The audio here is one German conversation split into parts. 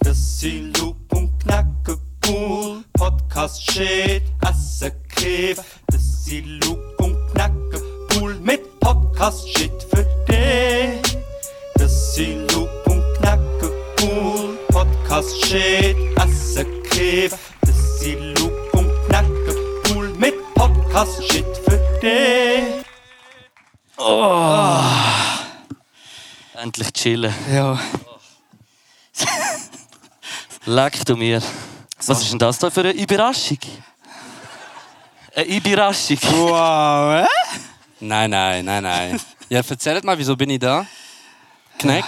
Das sind Luke und Knacke cool. Podcast shit, Essen Kiff. Das sind Luke und Knacke cool mit Podcast shit für dich. Das sind Luke und Knacke cool. Podcast shit, Essen Kiff. Das sind Luke und Knacke cool mit Podcast shit für dich. Oh. Endlich chillen. Ja. Leck du mir. Was ist denn das da für eine Überraschung? Eine Überraschung. Wow, Nein. Ja, erzählt mal, wieso bin ich da? Kneck?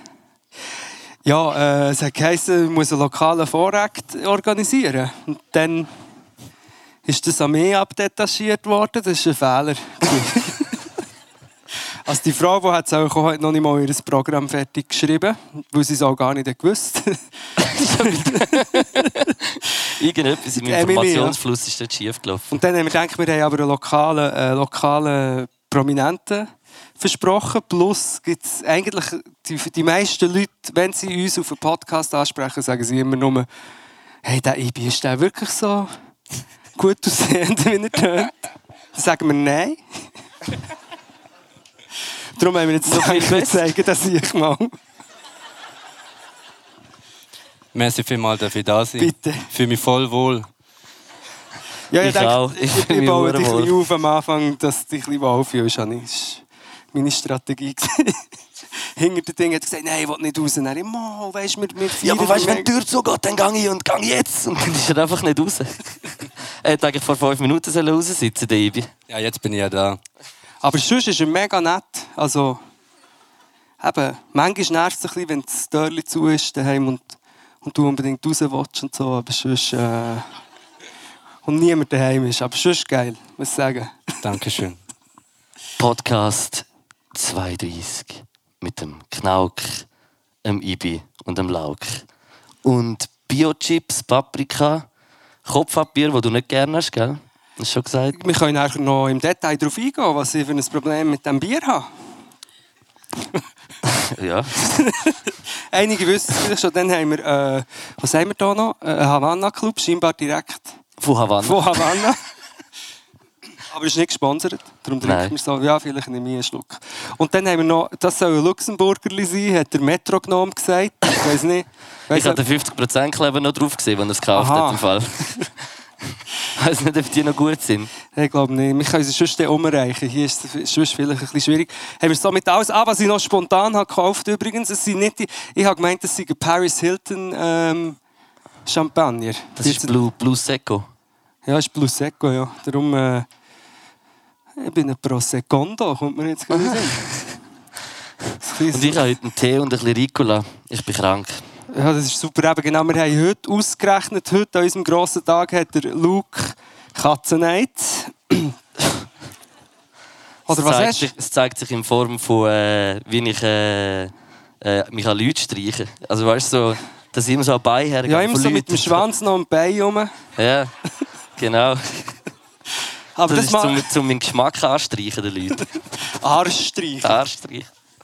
Ja, es hat geheißen, ich muss einen lokalen Vorakt organisieren. Und dann ist das an mich abdetachiert worden. Das ist ein Fehler. Also die Frau, die hat heute noch nicht mal ihr Programm fertig geschrieben, weil sie es auch gar nicht gewusst. Irgendetwas im Informationsfluss ist dort schief gelaufen. Und dann haben wir gedacht, wir haben aber einen lokalen Prominenten versprochen. Plus gibt es eigentlich die meisten Leute, wenn sie uns auf einen Podcast ansprechen, sagen sie immer nur, hey, der Ibi, ist der wirklich so gut aussehend, wie er tönt? Dann sagen wir nein. Darum haben wir jetzt so viel zeigen, dass ich mal. Merci vielmals, dass ich da sein. Bitte. Ich fühle mich voll wohl. Ja, Ich auch. Ich fühle ich mich baue dich wohl. ein bisschen auf am Anfang, dass du dich ein bisschen wohlfühlst. Das war meine Strategie. Hinter dem Ding hat er gesagt, nein, ich will nicht raus. Dann ich, weisst du, wir Ja, aber weißt du, wenn die Tür zugeht, dann gehe ich und gehe jetzt. Und dann ist er einfach nicht raus. Er hätte eigentlich vor 5 Minuten raussitzen, der Ibi. Ja, jetzt bin ich ja da. Aber sonst ist er mega nett. Also, eben, manchmal nervt es ein bisschen, wenn das Türchen zu ist daheim und du unbedingt raus willst und so. Aber sonst, und niemand daheim ist. Aber sonst geil, muss ich sagen. Dankeschön. Podcast 32 mit dem Knauk, dem Ibi und dem Lauk. Und Biochips, Paprika, Kopfpapier, das du nicht gerne hast, gell? Hast du schon gesagt? Wir können nachher noch im Detail darauf eingehen, was ich für ein Problem mit dem Bier habe. Ja. Einige wissen es vielleicht schon. Dann haben wir, was haben wir da noch? Ein Havanna-Club, scheinbar direkt Von Havanna. von Havanna. Aber es ist nicht gesponsert, darum trinken Nein. wir so. Ja, vielleicht nehme ich einen Schluck. Und dann haben wir noch, das soll ein Luxemburgerli sein, hat der Metronom gesagt. Ich weiss nicht. Ich habe den 50%-Kleber noch drauf gesehen, als er es gekauft Aha. hat. Im Fall. Ich weiss nicht, ob die noch gut sind. Ich glaube nicht. Wir können sie sonst umreichen. Hier ist es sonst vielleicht ein bisschen schwierig. Haben wir so mit alles. Was ich noch spontan habe gekauft übrigens, es sind nicht die, ich habe gemeint, das sei ein Paris Hilton Champagner. Das ist Blue Secco. Ja, ist Blue Secco, ja. Darum, ich bin ein Proseccondo, kommt mir jetzt gerade in den Sinn. Und ich habe heute einen Tee und ein bisschen Ricola. Ich bin krank. Ja, das ist super. Eben, genau, wir haben heute ausgerechnet, heute an unserem grossen Tag hat der Luke Katzeneit. Oder was hast du? Es zeigt sich in Form von, wie ich mich an Leute streiche. Also weißt du, so, dass ich immer so ein Bein hergehe. Ja, immer von so mit Leuten. dem Schwanz noch am Bein rum. Ja, genau. Aber Das das, ist macht zum meinen Geschmack anstreichen, den Leuten. Arschstreichen. Anstreichen.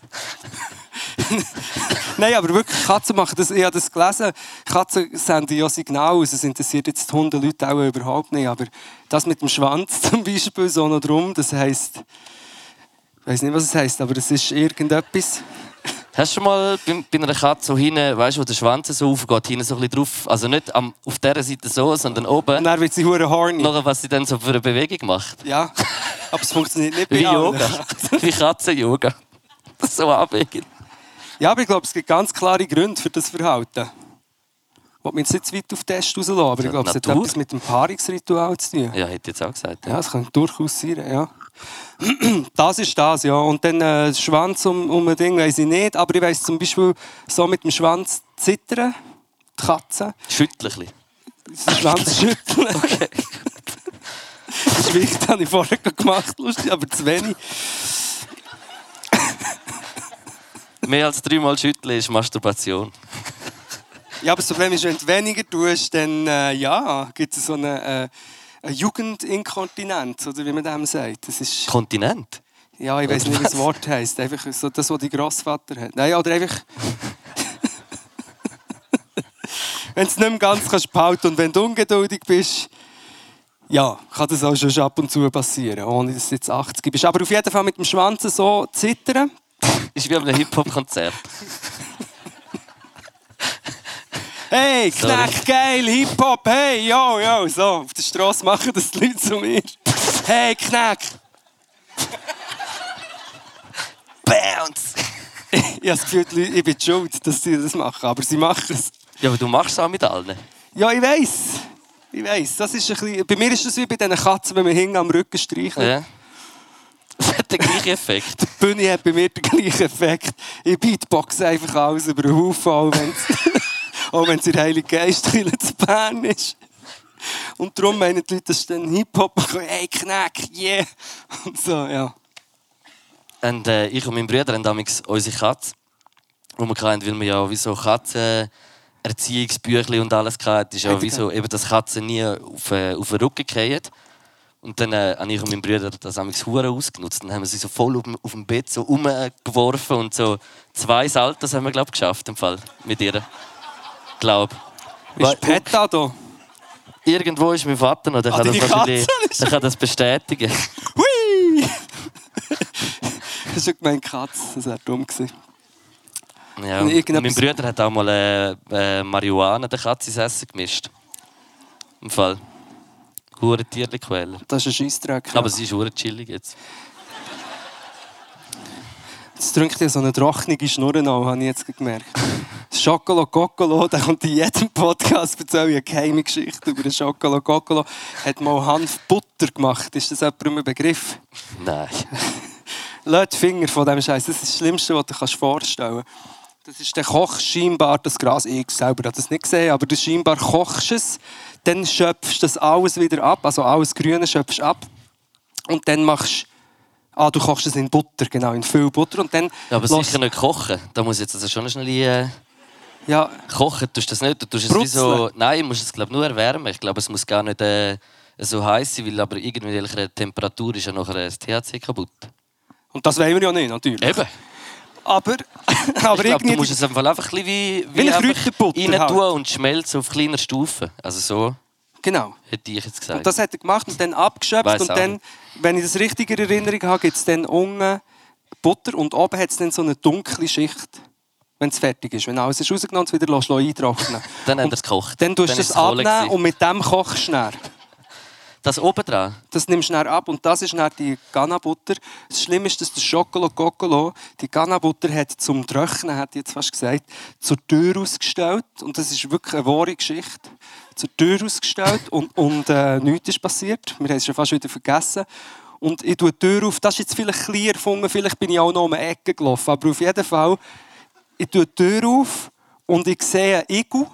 Nein, aber wirklich, Katzen machen das. Ich habe das gelesen. Katzen senden ja Signale aus. Das interessiert jetzt die Hundeleute auch überhaupt nicht. Aber das mit dem Schwanz zum Beispiel, so noch drum, das heisst... Ich weiss nicht, was es heisst, aber das ist irgendetwas. Hast du schon mal bei einer Katze so hinten, weißt du, wo der Schwanz so aufgeht, hinten so ein bisschen drauf, also nicht auf dieser Seite so, sondern oben, Und dann wird sie hure horny. noch was sie dann so für eine Bewegung macht? Ja, aber es funktioniert nicht bei Wie allen. Yoga. Wie Katzen-Yoga. Das ist so abwegend. Ja, aber ich glaube, es gibt ganz klare Gründe für das Verhalten. Ich will mich jetzt nicht zu weit auf den Test rauslassen, aber ich glaube, es hat Natur. etwas mit dem Paarungsritual zu tun. Ja, hätte ich jetzt auch gesagt. Ja, das kann durchaus sein, ja. Das ist das, ja. Und dann Schwanz um ein Ding, weiss ich nicht. Aber ich weiss zum Beispiel, so mit dem Schwanz zittern, die Katze. Schüttel ein bisschen. Den Schwanz schütteln. Okay. Das ist wichtig, das habe ich vorher gemacht, lustig, aber zu wenig. Mehr als 3-mal schütteln ist Masturbation. Ja, aber das Problem ist, wenn du weniger tust, dann gibt es so eine Jugendinkontinenz, oder wie man dem sagt. Das ist, Kontinent? ja, ich weiß nicht, wie das Wort heisst. Einfach so das, was dein Grossvater hat. Nein, oder einfach... wenn du es nicht mehr ganz kannst behalten und wenn du ungeduldig bist, ja, kann das auch schon ab und zu passieren, ohne dass du jetzt 80 bist. Aber auf jeden Fall mit dem Schwanz so zittern. Ist wie auf einem Hip-Hop-Konzert. Hey, Knecht, geil, Hip-Hop, hey, yo, so. Auf der Straße machen das die Leute zu mir. Hey, Knecht. Bounce! Ich habe das Gefühl, die Leute, ich bin schuld, dass sie das machen, aber sie machen es. Ja, aber du machst es auch mit allen. Ja, ich weiss. Das ist ein bisschen, bei mir ist das wie bei diesen Katzen, wenn man hinten am Rücken streichelt. Ja. Das hat den gleichen Effekt. Die Bühne hat bei mir den gleichen Effekt. Ich beatboxe einfach alles über den Haufen, auch wenn es der Heilige Geist zu Bern ist. Und darum meinen die Leute, das ist dann Hip-Hop. Hey, Kneck, yeah. Und so, ja. Und ich und mein Bruder haben damals unsere Katze, die wir hatten, weil wir ja wie so Katzenerziehungsbüchlein und alles hatten, ist ja wie so, eben, dass Katzen nie auf den Rücken fallen. Und dann habe ich und mein Bruder das hure ausgenutzt. Dann haben wir sie so voll auf dem Bett so umgeworfen und so 2 Saltos haben wir, glaube ich, geschafft im Fall mit ihr. Glaub. Ist Petta da? Irgendwo ist mein Vater noch, der kann das bestätigen. Hui! Das ist schon gemeint Katze, das wäre dumm gewesen. Ja, und mein Bruder hat auch mal Marihuana der Katze ins Essen gemischt. Im Fall. Hure Tierli-Quelle. Das ist ein Scheissdreck. Aber sie ist hure chillig jetzt. Jetzt trinkt ja so eine trockene Schnurre an, habe ich jetzt gemerkt. Das Schokolo Kokolo, der kommt in jedem Podcast, erzähle ich eine geheime Geschichte über den Schokolo Kokolo. Hat mal Hanfbutter gemacht. Ist das jemandem ein Begriff? Nein. Lass die Finger von diesem Scheiß. Das ist das Schlimmste, was du dir vorstellen kannst. Das ist der Koch scheinbar das Gras. Ich selber habe das nicht gesehen, aber du scheinbar kochst es, dann schöpfst du das alles wieder ab, also alles Grüne schöpfst ab und dann machst du kochst es in Butter, genau, in viel Butter und dann... Ja, aber sicher nicht kochen. Da muss jetzt also schon schnell ja. Kochen tust du das nicht. Du tust es wie so... Nein, du musst es glaube nur erwärmen. Ich glaube, es muss gar nicht so heiß sein, weil aber irgendwelche Temperatur ist ja nachher das THC kaputt. Und das wollen wir ja nicht, natürlich. Eben. Aber ich glaube, du musst es einfach ein bisschen wie eine Kräuterbutter rein tun und schmelzen auf kleiner Stufe. Also so genau. Hätte ich jetzt gesagt. Und das hat er gemacht und dann abgeschöpft. Weiss und dann, wenn ich das richtig in Erinnerung habe, gibt es dann unten Butter und oben hat es dann so eine dunkle Schicht, wenn es fertig ist. Wenn alles ist rausgenommen, wieder eintrocknen. Dann hat er es gekocht. Dann tust du es abnehmen und mit dem kochst du dann. Das oben dran? Das nimmst du dann ab und das ist dann die Ghana-Butter. Das Schlimme ist, dass der Schokolo Kokolo die Ghana-Butter hat zum Trocknen, hat jetzt fast gesagt, zur Tür ausgestellt. Und das ist wirklich eine wahre Geschichte. Zur Tür ausgestellt und nichts ist passiert. Wir haben es schon fast wieder vergessen. Und ich tue die Tür auf. Das ist jetzt vielleicht klein erfunden, vielleicht bin ich auch noch um eine Ecke gelaufen. Aber auf jeden Fall, ich tue die Tür auf und ich sehe einen Igel.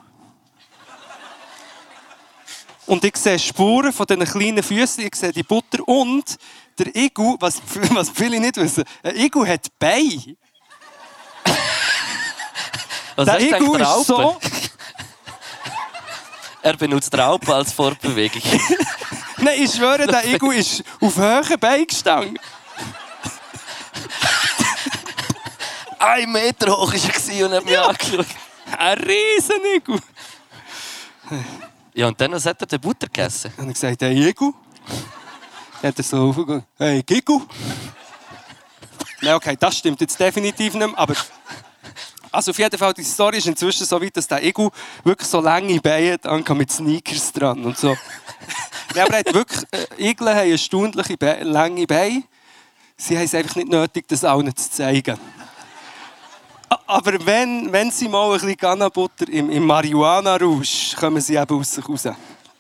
Und ich sehe Spuren von diesen kleinen Füßen, ich sehe die Butter und der Igel, was viele nicht wissen, ein Igel hat Beine. Der Igel ist so... Er benutzt Raupen als Fortbewegung. Nein, ich schwöre, der Igel ist auf hohen Beinen gestanden. 1 Meter hoch war er und hat mich angeschaut. Ein riesen Igel. Ja, und dann hat er die Butter gegessen. Und ich gesagt, hey Igel. Dann hat er so aufgegangen, hey Igel. Nein, okay, das stimmt jetzt definitiv nicht mehr, aber... Also auf jeden Fall, die Story ist inzwischen so weit, dass der Igel wirklich so lange Beine hat, mit Sneakers dran und so. Ja, aber er hat wirklich, Igel haben erstaunliche lange Beine. Sie haben es einfach nicht nötig, das allen zu zeigen. Aber wenn sie mal ein bisschen Ghana-Butter im Marihuana-Rausch, kommen sie eben aus sich raus.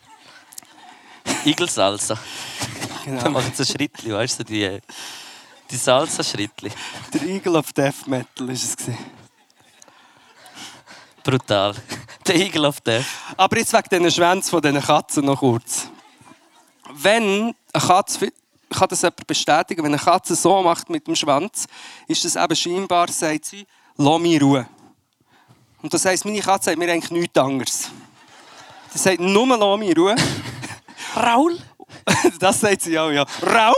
Igelsalsa. Genau. Dann machen sie ein Schrittchen, weißt du, die Salsa-Schrittchen. Der Eagle of Death Metal war es. Brutal. Der Eagle of Death. Aber jetzt wegen diesen Schwänzen von diesen Katzen noch kurz. Wenn eine Katze, kann das jemand bestätigen, wenn eine Katze so macht mit dem Schwanz, ist das eben scheinbar, sagt sie, lass mich Ruhe. Und das heisst, meine Katze sagt mir eigentlich nichts anderes. Sie sagt nur, lass mich Ruhe. Raul? Das sagt sie auch, ja. Raul?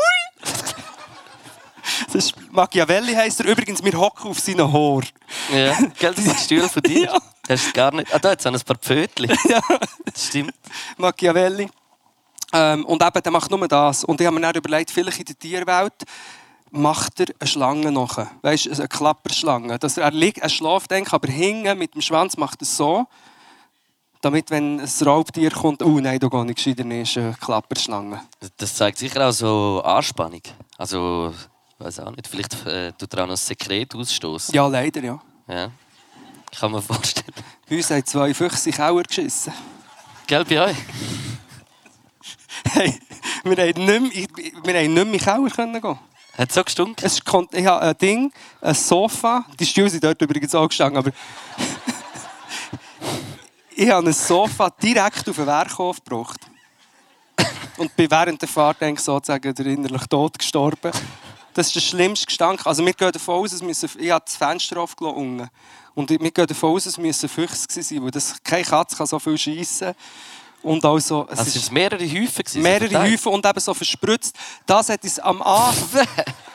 Das ist Machiavelli heisst er. Übrigens, wir hocken auf seinen Haar. Ja, gell, das ist ein Stuhl von dir. Ja. Hast du gar nicht... Ah, da jetzt ein paar Pfötchen. Ja. Das stimmt. Machiavelli. Und eben, der macht nur das. Und ich habe mir dann überlegt, vielleicht in der Tierwelt macht er eine Schlange nach. Weißt du, eine Klapperschlange. Dass er schläft, aber hinten mit dem Schwanz macht er so, damit, wenn ein Raubtier kommt, oh nein, da gehe ich gescheiter nicht, ist eine Klapperschlange. Das zeigt sicher auch so Anspannung. Also, ich weiß auch nicht, vielleicht tut er auch noch ein Sekret ausstoßen. Ja, leider, ja. Ja. Kann man vorstellen. Bei uns haben 2 Füchse Kauer geschissen. Gell, bei euch? Hey, wir haben nicht mehr in den Kauer gehen. Hat es so gestunken? Ich habe ein Sofa, die Stühle sind dort übrigens auch gestanden, aber ich habe ein Sofa direkt auf den Werkhof gebracht. Und bin während der Fahrt sozusagen der innerlich Tod gestorben. Das ist der schlimmste Gestank. Also wir gehen davon aus, ich habe das Fenster aufgelassen unten. Und wir gehen davon aus, es müssen Füchse sein, weil keine Katze kann so viel schiessen. Und also, Es waren mehrere Häufen. Mehrere Häufen und eben so verspritzt. Das hat uns am Anfang...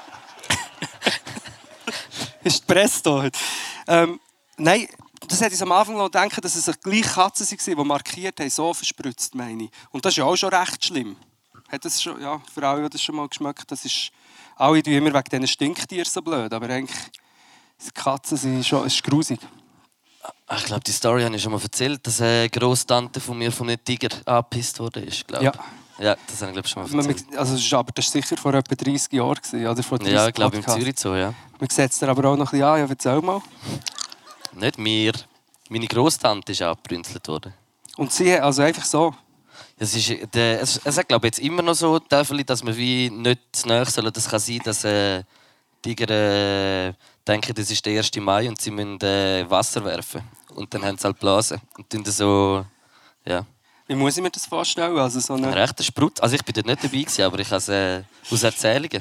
ist die Presse da? Nein, das hat uns am Anfang noch gedacht, dass es gleich Katzen waren, die markiert haben, so verspritzt, meine ich. Und das ist ja auch schon recht schlimm. Hat das schon, ja, für alle, die das schon mal geschmeckt, das ist... Alle tun immer wegen diesen Stinktieren so blöd, aber eigentlich... Die Katzen sind schon... Es ist grusig. Ich glaube, die Story habe ich schon mal erzählt, dass eine Grosstante von mir von einem Tiger angepisst wurde. Ja. Ja, das habe ich glaube schon mal erzählt. Also, das war sicher vor etwa 30 Jahren. Oder vor 30 Ja, ich glaube im Podcast. Zürich so, ja. Man sieht es dir aber auch noch ein bisschen an. Ja, erzähl mal. Nicht mir. Meine Grosstante ist abgebrünzelt worden. Und sie, also einfach so. Es sagt, glaube ich, jetzt immer noch so, dass man wie nicht zu nahe soll. Das kann sein, dass Tiger denken, das ist der 1. Mai und sie müssen Wasser werfen. Und dann haben sie halt Blasen. Und dann so, ja. Wie muss ich mir das vorstellen? Also so Ein eine... rechter Sprutz. Also ich bin dort nicht dabei gewesen, aber ich habe es aus Erzählungen.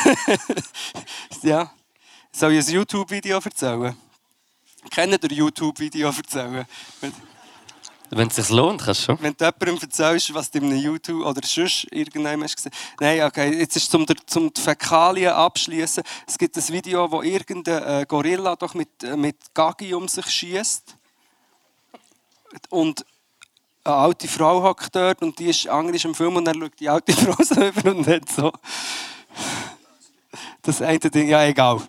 Ja. Soll ich ein YouTube-Video erzählen? Kennt ihr YouTube-Video erzählen? Wenn es sich lohnt, kannst du schon. Wenn du jemandem erzählst, was du in einem YouTube oder sonst irgendjemand hast gesehen. Nein, okay, jetzt ist zum die Fäkalien abschließen. Es gibt ein Video, wo irgendein Gorilla doch mit Gagi um sich schießt. Und eine alte Frau hockt dort und die ist Englisch im Film und dann schaut die alte Frau so über und hat so. Das eine Ding, ja egal.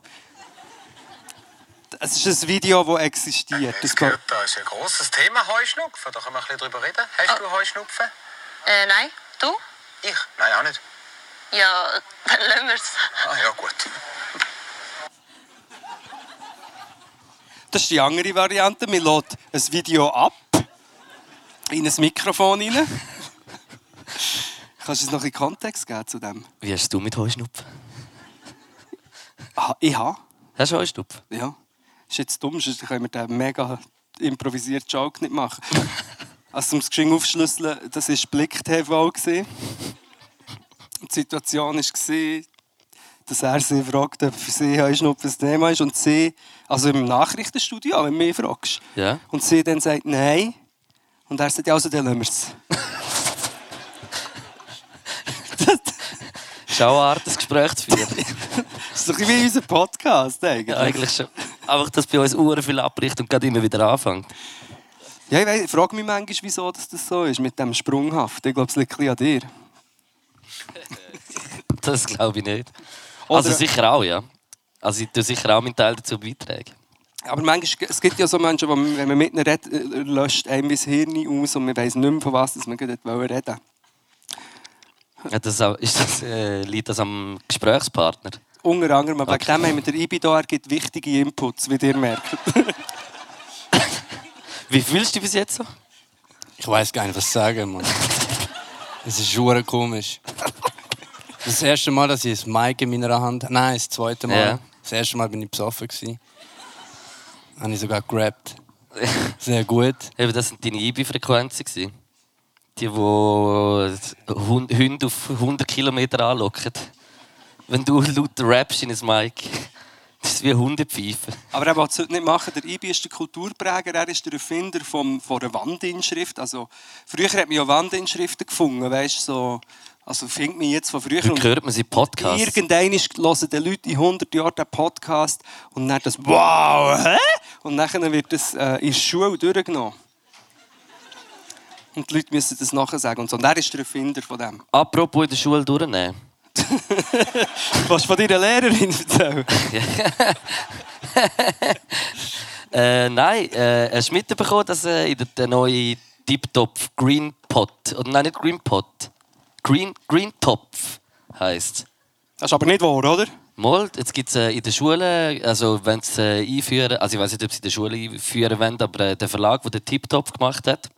Es ist ein Video, das existiert. Das gehört, da ist ein grosses Thema, Heuschnupfen. Da können wir ein bisschen drüber reden. Hast du Heuschnupfen? Nein. Du? Ich? Nein, auch nicht. Ja, dann lassen wir es. Ah ja, gut. Das ist die andere Variante. Man lädt ein Video ab, in ein Mikrofon rein. Kannst du uns noch einen Kontext geben zu dem? Wie hast du mit Heuschnupfen? Ah, ich habe. Hast du Heuschnupfen? Ja. Das ist jetzt dumm, sonst können wir den mega improvisierten Joke nicht machen. Also, um es geschwind aufzuschlüsseln, das war Blick-TV. Die Situation war, dass er sie fragt, ob für sie Heuschnupfen ein Thema ist. Und sie, also im Nachrichtenstudio, wenn du mich fragst. Ja. Und sie dann sagt, nein. Und er sagt, ja, also dann lassen wir es. Das ist auch eine Art, ein Gespräch zu führen. Das ist doch wie unser Podcast, eigentlich. Ja, eigentlich schon. Einfach, dass bei uns Uhren viel abbricht und gerade immer wieder anfängt. Ja, ich frage mich manchmal, wieso das so ist, mit dem Sprunghaft. Ich glaube, es liegt ein bisschen an dir. Das glaube ich nicht. Oder- Also sicher auch, ja. Also ich tue sicher auch meinen Teil dazu beitragen. Aber manchmal, es gibt ja so Menschen, die, wenn man mit ihnen redet, löscht einem das Hirn aus und man weiss nicht mehr, von was man gerade reden wollte. Ja, liegt das am Gesprächspartner? Unter anderem, aber Okay. wegen dem haben wir den IBI da, er gibt wichtige Inputs, wie ihr merkt. Wie fühlst du dich bis jetzt so? Ich weiß gar nicht, was sagen, Mann. Es ist schon komisch. Das erste Mal, dass ich ein Mic in meiner Hand hatte. Nein, das zweite Mal. Ja. Das erste Mal bin ich besoffen. Habe ich sogar gerappt. Sehr gut. Eben, das sind deine IBI-Frequenzen gewesen. Die Hunde auf 100 Kilometer anlocken. Wenn du laut rappst in ein Mic, das ist wie Hundepfeife. Aber er will es heute nicht machen. Der IBI ist der Kulturpräger, er ist der Erfinder von einer Wandinschrift. Also, früher hat man ja Wandinschriften gefunden, weißt, so Also findet mich jetzt von früher. Heute hört man sie Podcasts. Irgendwann hören die Leute in 100 Jahren den Podcast und dann das «Wow, hä?» Und dann wird das in der Schule durchgenommen. Und die Leute müssen das nachher sagen. Und so. Und er ist der Erfinder von dem. Apropos in der Schule durchnehmen. Was von deiner Lehrerin erzählen? Nein, hast du mitbekommen, dass in der neue Tiptopf Green Pot, oder nein, nicht Green Pot, Green Topf heisst. Das ist aber nicht wahr, oder? Mal, jetzt gibt es in der Schule, also wenn sie einführen, also ich weiß nicht, ob sie in der Schule einführen wollen, aber der Verlag, der den Tiptopf gemacht hat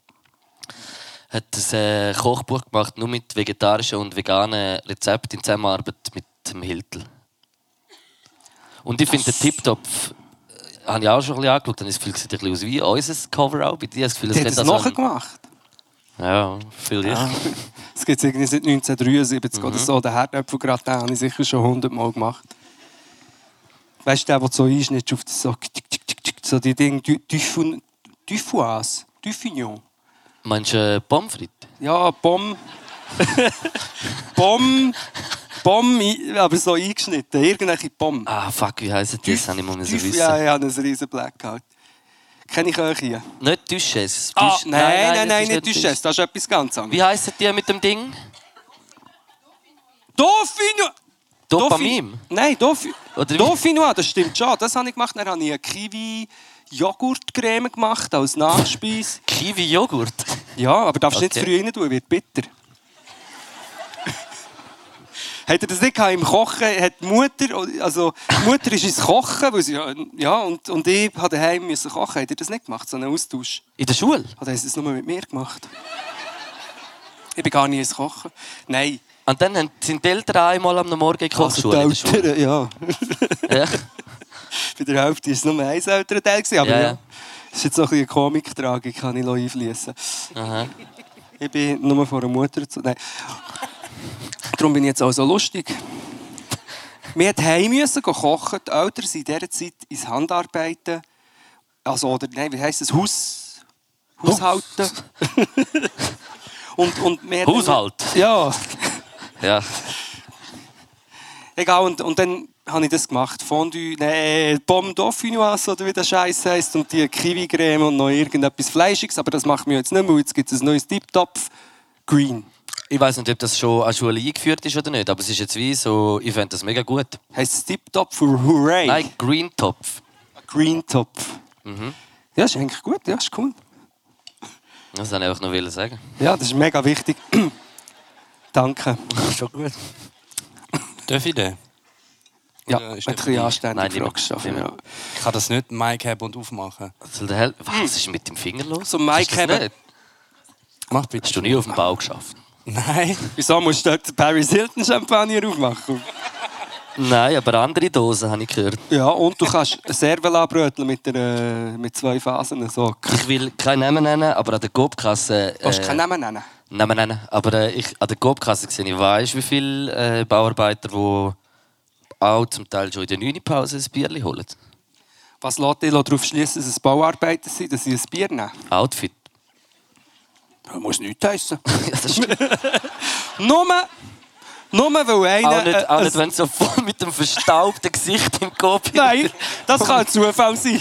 ein Kochbuch gemacht, nur mit vegetarischen und veganen Rezepten in Zusammenarbeit mit dem Hiltl. Und ich finde, den Tiptopf habe ich auch schon ein bisschen angeschaut, dann ist es sieht ein bisschen aus wie unser Cover auch. Bei dir das Gefühl, Die hat es nachher gemacht. Ja, vielleicht. Das gibt es irgendwie seit 1973 oder so. Den Herdöpfelgratin habe ich sicher schon 100 Mal gemacht. Weißt du, der so einschnittst auf das so die Dinge, Dufignon. Meinst du Pommes frites? Ja, Pommes, aber so eingeschnitten. Irgendwelche Pommes. Ah, fuck, wie heisst das? Das habe ich mal so wissen. Ja, ich habe einen riesen Blackout. Kenne ich euch hier? Nicht Duchesse. Nein, das ist nicht Duchesse. Das ist etwas ganz anderes. Wie heisst die mit dem Ding? Dauphinois! Dopamine? Nein, Oder wie? Dauphinois, das stimmt schon. Das habe ich gemacht. Dann habe ich eine Kiwi-Joghurtcreme gemacht als Nachspeise. Kiwi-Joghurt? Ja, aber darfst du Okay. nicht zu früh rein tun, wird bitter. Hat er das nicht gehabt im Kochen? Hat die Mutter, also die Mutter ist ins Kochen, weil sie, ja, und ich musste daheim kochen. Hat er das nicht gemacht, so einen Austausch? In der Schule? Oder haben sie das nur mit mir gemacht? Ich bin gar nicht ins Kochen. Nein. Und dann sind die Eltern einmal am Morgen in die Kochschule. Also die Eltern, ja. Ja. Bei der Hälfte war es nur ein Elternteil, aber Ja, ja. ja. Das ist jetzt noch ein bisschen eine Komiktragik, kann ich einfließen. Aha. Ich bin nur von der Mutter zu... Nein. Darum bin ich jetzt auch so lustig. Wir mussten heim kochen. Die Eltern sind in dieser Zeit ins Handarbeiten. Also, oder nein, wie heisst es? Haushalten. und wir Haushalt? Ja. Ja. Egal, und dann habe ich das gemacht. Fondue, Pommes Dauphinoise oder wie der Scheiß heisst. Und die Kiwi-Creme und noch irgendetwas Fleischiges. Aber das machen wir jetzt nicht mehr. Jetzt gibt es ein neues Tiptopf. Green. Ich weiß nicht, ob das schon an der Schule eingeführt ist oder nicht, aber es ist jetzt wie so, ich fände das mega gut. Heisst es Tiptopf für Hooray? Nein, Green Topf. Green Topf. Mhm. Ja, ist eigentlich gut. Ja, ist cool. Das wollte ich einfach noch sagen. Ja, das ist mega wichtig. Danke. Schon gut. Darf ich den? Ja, Oder ein ist der bisschen anständig Nein, Frage stellen. Ja. Ich kann das nicht Mike haben und aufmachen. Was ist mit dem Finger los? So Mike Ist das haben- nicht? Mach bitte. Hast du nie auf dem Bau geschafft? Nein. Wieso musst du dort Paris Hilton Champagner aufmachen? Nein, aber andere Dosen habe ich gehört. Ja, und du kannst Servela-Brötchen mit 2 Phasen. So. Ich will keinen Namen nennen, aber an der Coop-Kasse... Willst du keinen Namen nennen? Namen nennen. Aber an der Coop-Kasse sehe ich, weiss, wie viele Bauarbeiter, die auch zum Teil schon in der 9. Pause ein Bierchen holen. Was lässt dich darauf schließen, dass es Bauarbeiter sind, dass sie ein Bier nehmen? Outfit. Das muss nichts heissen. Ja, das stimmt. Nur weil einer... Auch nicht, wenn du so voll mit dem verstaubten Gesicht im Coop... Nein, das kann ein Zufall sein.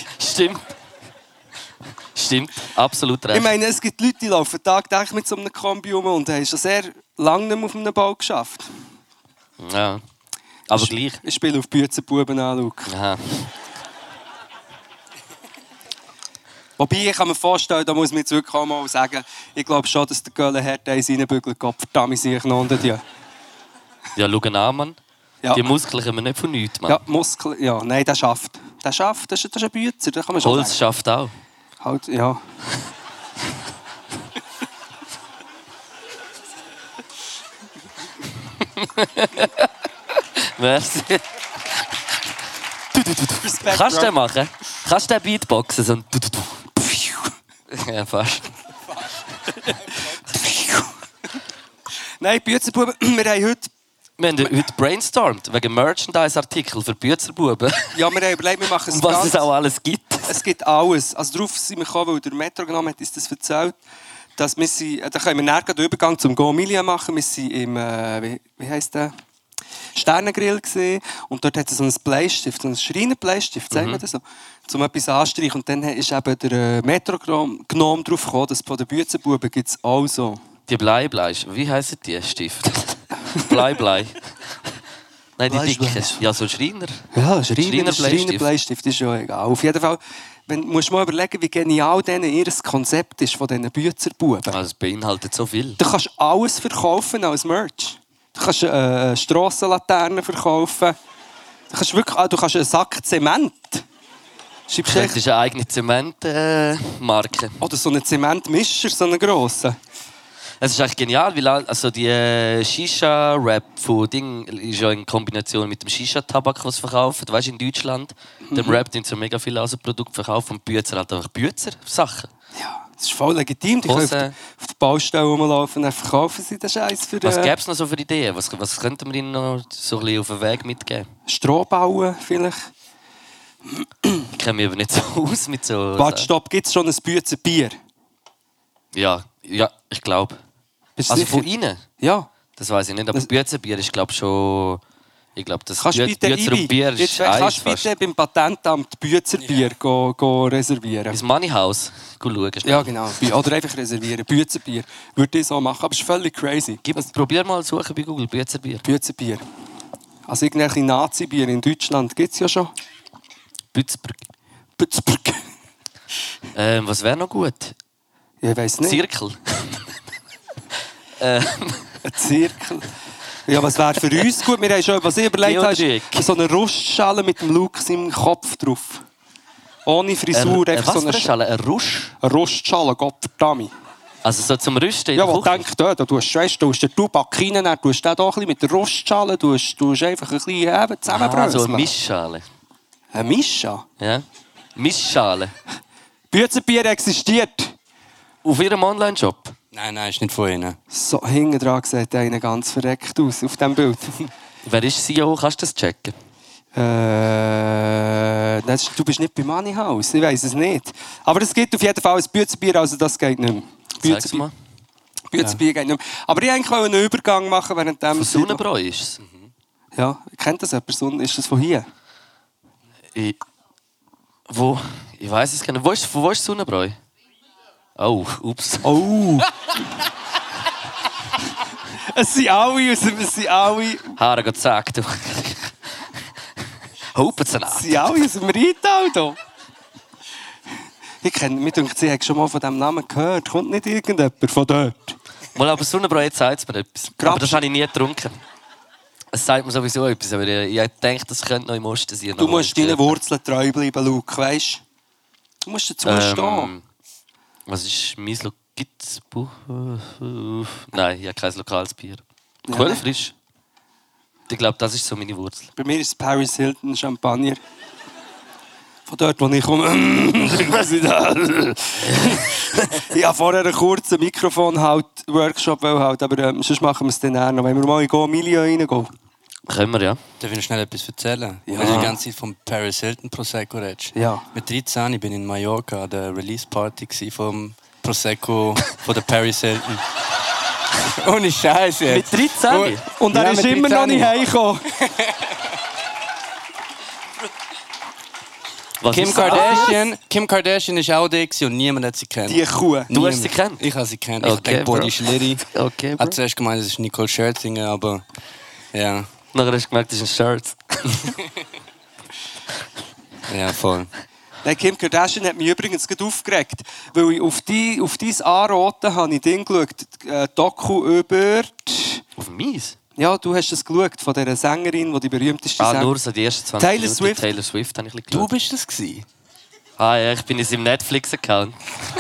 Stimmt, absolut recht. Ich meine, es gibt Leute, die laufen tagtäglich mit so einem Kombi um und haben schon sehr lange nicht mehr auf einem Bau geschafft. Ja. Aber gleich. Ich spiele auf Büzenbuben an, Luke. Aha. Wobei, ich kann mir vorstellen, da muss man jetzt wirklich auch mal sagen, ich glaube schon, dass der Göller hart eins reinbügelt. Gott verdammt, sehe ich noch unter dir. Ja, schau an, Mann. Ja. Die Muskeln kommen nicht von nichts, Mann. Ja, Muskel, ja, nein, der schafft. Das ist ein Büzer, das kann man schon Holz sagen. schafft auch. Halt, ja. Merci. Respekt, Kannst du Bro. den machen? Kannst du den Beatboxen? So ein ja, fast. Nein, Büzerbuben, wir haben heute... Wir haben heute brainstormt wegen Merchandise-Artikel für Büzerbuben. Ja, wir haben überlegt, wir machen es Und was es auch alles gibt. Es gibt alles. Also darauf sind wir gekommen, weil der Metro genommen hat uns das erzählt. dass wir sind, da können wir nachher den Übergang zum Gomilia machen. Wir sind im, wie heisst der? Sternengrill gesehen und dort hat es so einen Bleistift, so einen Schreiner-Bleistift, sagen wir das so, um etwas anzustreichen. Und dann ist eben der Metro-Gnom drauf gekommen, dass von den Büzenbuben gibt es auch so. Die Bleibleist. Wie heissen die Stift? Blei. Nein, die dicken. Ja, so Schreiner. Ja, Schreiner-Bleistift ist ja egal. Auf jeden Fall, musst du mal überlegen, wie genial ihr Konzept ist von diesen Büzerbuben. Also es beinhaltet so viel. Du kannst alles verkaufen als Merch. Du kannst Strassenlaternen verkaufen. Du kannst einen Sack Zement. Das ist eine eigene Zementmarke. Oder so einen Zementmischer, so einen grossen. Es ist eigentlich genial, weil also die Shisha-Rap von Ding ist ja in Kombination mit dem Shisha-Tabak, was verkaufen. Weißt du, in Deutschland, der Rap nimmt so mega viele Produkte verkaufen und Büzer halt einfach Büzer-Sachen. Ja, das ist voll legitim. Die können auf der Baustelle rumlaufen und verkaufen sie den Scheiß für. Was gäbe es noch so für Ideen? Was könnten wir ihnen noch so ein bisschen auf den Weg mitgeben? Stroh bauen vielleicht. Ich kenne mich aber nicht so aus mit so... Warte, stopp, gibt es schon ein Büzer Bier? Ja, ich glaube. Also sicher? Von Ihnen? Ja. Das weiß ich nicht, aber Büzenbier ist glaube schon... Ich glaube, das Büzer und Bier ist kannst du bitte beim Patentamt Büzerbier go reservieren? Ins Moneyhouse schauen. Ja, genau. Oder einfach reservieren. Büzerbier. Würde ich so machen, aber es ist völlig crazy. Probier mal suchen bei Google, Büzerbier. Büzerbier. Also irgendwelche Nazi-Bier in Deutschland gibt es ja schon. Bützberg. Was wäre noch gut? Ja, ich weiss nicht. Zirkel. Ein Zirkel. Ja, was wäre für uns gut? Wir haben schon, was ich überlegt habe, ist so eine Rustschale mit dem Luke im Kopf drauf. Ohne Frisur. Was so eine Schale? Eine Rusch? Eine Rustschale, Gottverdammt. Also so zum Rüsten in der Küche? Ja, denk da tust du den Tubak rein, dann tust du den hier mit der Rustschale, tust einfach ein bisschen zusammenbröseln. So eine Mischschale. Eine Mischa? Ja. Mischschale. Büzenbier existiert. Auf Ihrem Online-Shop? Nein, ist nicht von Ihnen. So, hinten dran sieht einer ganz verreckt aus, auf diesem Bild. Wer ist CEO? Kannst du das checken? Du bist nicht bei Moneyhouse, ich weiss es nicht. Aber es gibt auf jeden Fall ein Büzenbier, also das geht nicht mehr. Sag's mal. Büzenbier geht nicht mehr. Aber ich wollte eigentlich einen Übergang machen, während dem... Von Sonnenbräu ist es? Ja, kennt das jemand? Ist das von hier? Wo? Ich weiss es gar nicht. Von wo ist Sonnenbräu? Oh, ups. Oh! Es sind alle Haare geht zack, du. Hupet's an. Es sind alle aus dem Rheintal hier. Mir denkt, sie hat schon mal von diesem Namen gehört. Kommt nicht irgendjemand von dort? Mal, aber Sonnenbräu, jetzt sagt es mir etwas. Aber das habe ich nie getrunken. Es sagt mir sowieso etwas, aber ich denke, das könnte noch im Osten sein. Du musst deinen Wurzeln treu bleiben, Luke, weißt du? Du musst dazu stehen. Was ist mein Gibt's Buch? Nein, ich habe kein lokales Bier. Cool, frisch. Ich glaube, das ist so meine Wurzel. Bei mir ist es Paris Hilton Champagner. Von dort, wo ich komme. Ich habe vorher einen kurzen Mikrofon-Workshop, aber sonst machen wir es dann auch noch. Wenn wir mal in Go-Milio reingehen. Können wir, ja. Darf ich noch schnell etwas erzählen? Ja. Weil du die ganze Zeit vom Paris Hilton Prosecco redest. Ja. Mit 13 ich bin in Mallorca an der Release-Party vom Prosecco von der Paris Hilton. Ohne Scheiß jetzt. Mit 13? Und er ist immer noch nicht heimgekommen. Kim Kardashian ist auch da und niemand hat sie kennt. Die Kuh. Du hast sie kennt? Ich habe sie kennt. Okay, ich denke, Body Schlitty. Okay, Hat zuerst gemeint, das ist Nicole Scherzinger, aber ja. Nachher hast du gemerkt, das ist ein Shirt. Ja, voll. Nein, Kim Kardashian hat mich übrigens gerade aufgeregt, weil ich auf dein Anraten habe ich Ding geschaut, Doku über... Auf mies? Ja, du hast es geschaut, von dieser Sängerin, die berühmteste Sängerin... Nur so die ersten 20 Taylor Minuten. Swift. Taylor Swift habe ich ein bisschen Du geschaut. bist das gewesen? Ah ja, ich bin in seinem Netflix-Account.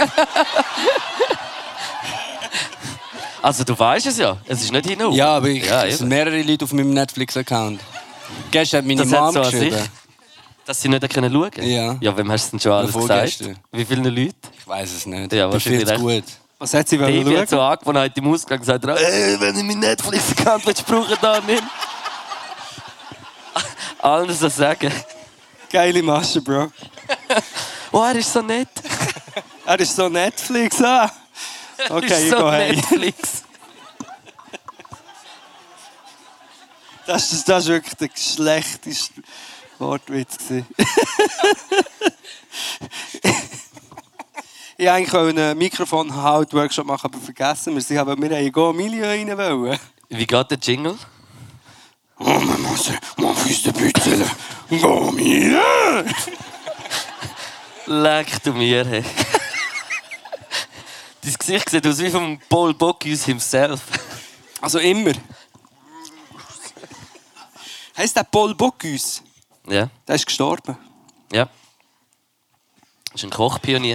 Also du weißt es ja, es ist nicht hinauf. Ja, aber es eben. sind mehrere Leute auf meinem Netflix-Account. Gestern hat meine Das hat Mom so an geschrieben. sich, dass sie nicht schauen können. Ja. Ja, wem hast du denn schon alles gesagt? vorgestern. Wie viele Leute? Ich weiß es nicht. Ja, Mir wahrscheinlich fehlt's recht. gut. Was hat sie Die schauen? hat so Angewohnheit im Ausgang gesagt, wenn ich meinen Netflix-Account willst, brauche da nicht. Allen so sagen. Geile Masche, Bro. Oh, er ist so nett. Er ist so Netflix, ah. Okay, ich so gehe heim. Netflix. Das ist wirklich der schlechteste Wortwitz gewesen. Ich wollte eigentlich einen Mikrofon-Halt-Workshop machen, aber vergessen wir. Wir haben ein Go-Milio rein wollen. Wie geht der Jingle? Oh, man muss den Bützeln. Go-Milio! Leck du mir, hey. Dein Gesicht sieht aus wie von Paul Bocuse himself. Also immer. Heißt der Paul Bocuse? Ja, Der ist gestorben. ja. Das ist ein Kochpionier.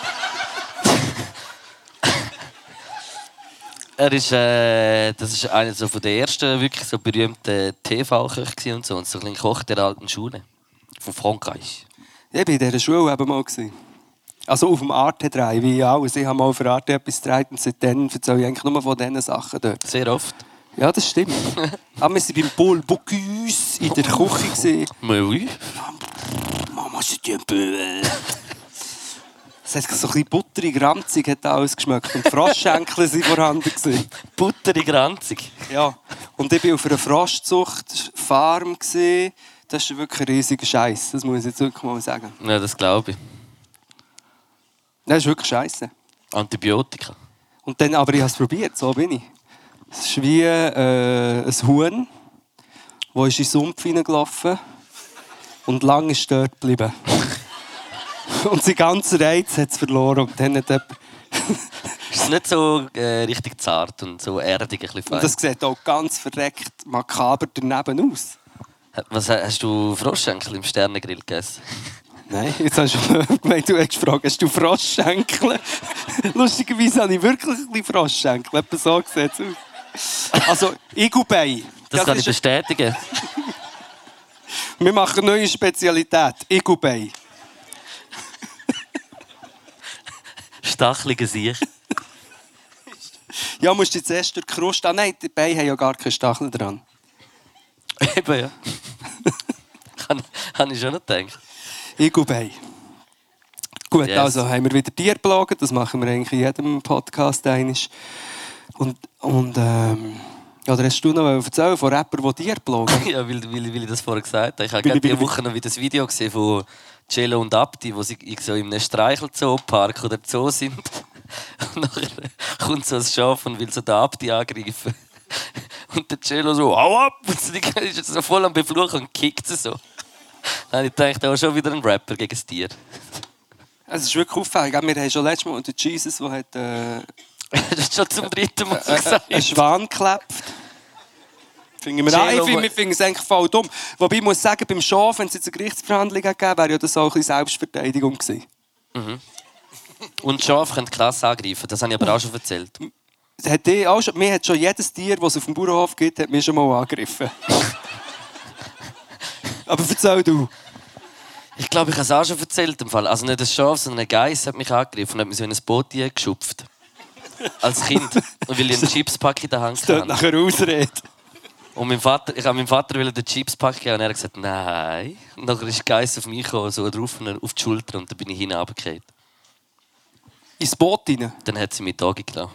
Er ist, das ist einer so von den ersten wirklich so berühmten TV-Köche und so. Und so ein Koch der alten Schule. Von Frankreich. Ich war in dieser Schule eben mal. Also auf dem Arte 3, wie alles. Ich habe mal für Arte etwas gedreht und seitdem erzähle ich eigentlich nur von diesen Sachen dort. Sehr oft. Ja, das stimmt. Aber wir waren beim Paul Bocuse in der Küche. Mais oui. Mama, c'est un peu... Es hat so ein bisschen butterig, ranzig hat alles geschmeckt. Und Froschschenkel waren vorhanden. Butterig ranzig. Ja. Und ich war auf einer Froschzuchtfarm. Das ist wirklich ein riesiger Scheiß. Das muss ich jetzt wirklich mal sagen. Ja, das glaube ich. Das ist wirklich scheiße. Antibiotika. Und dann, aber ich habe es probiert, so bin ich. Es ist wie ein Huhn, das in den Sumpf hineingelaufen und lange ist dort geblieben. Und sein ganzer Reiz hat es verloren. Und dann hat Ist es nicht so richtig zart und so erdig, ein bisschen fein? und das sieht auch ganz verreckt makaber daneben aus. Was, hast du Froschschenkel im Sternengrill gegessen? Nein, jetzt hast du gemeint, du hast gefragt, hast du Froschschenkel? Lustigerweise habe ich wirklich ein bisschen Froschschenkel. Etwa so sieht es aus. Also, Igubei. Das kann ich ist, bestätigen. wir machen eine neue Spezialität. Igubei. Stachelige Sicht. Ja, musst du jetzt erst durch die Kruste... Ah nein, die Beine haben ja gar keine Stacheln dran. Eben, ja. Habe ich schon noch gedacht. Igubei. Gut, Yes. also haben wir wieder Tierbloggen. Das machen wir eigentlich in jedem Podcast einmal. Oder hast du noch erzählen von Rappern, die Tierbloggen? Ja, weil ich das vorher gesagt habe. Ich habe gerade diese Woche noch wieder das Video gesehen von Cello und Abdi, wo sie so in einem Streichelzoo-Park oder Zoo sind. Und nachher kommt so ein Schaf und will so den Abdi angreifen. Und der Cello so, hau ab! Und sie ist so voll am Befluchen und kickt sie so. Dann habe ich gedacht, auch schon wieder ein Rapper gegen das Tier. Es ist wirklich auffällig. Wir haben schon letztes Mal den Jesus, der hat Das ist schon zum dritten Mal gesagt. einen Schwan geklebt. Finden wir Cello, wir finden es eigentlich voll dumm. Wobei ich muss sagen, beim Schaf, wenn es jetzt eine Gerichtsverhandlung gegeben hätte, wäre ja das auch ein bisschen Selbstverteidigung gewesen. Und Schafe können klasse angreifen, das habe ich aber auch schon erzählt. Mir hat schon jedes Tier, das es auf dem Bauernhof gibt, hat mich schon mal angegriffen. Aber erzähl du. Ich glaube, ich habe es auch schon erzählt. Im Fall. Also nicht ein Schaf, sondern ein Geiss hat mich angegriffen und hat mich so in ein Boot geschupft. Als Kind. Und weil ich einen Chipspack in der Hand Dort hatte. nachher Ausrede. Und ich habe meinem Vater den Chipspack geben und er hat gesagt, nein. Und dann ist der Geiss auf mich gekommen, so drauf und auf die Schulter und dann bin ich hinabgefallen. Ins Boot rein. Dann hat sie mich da genommen.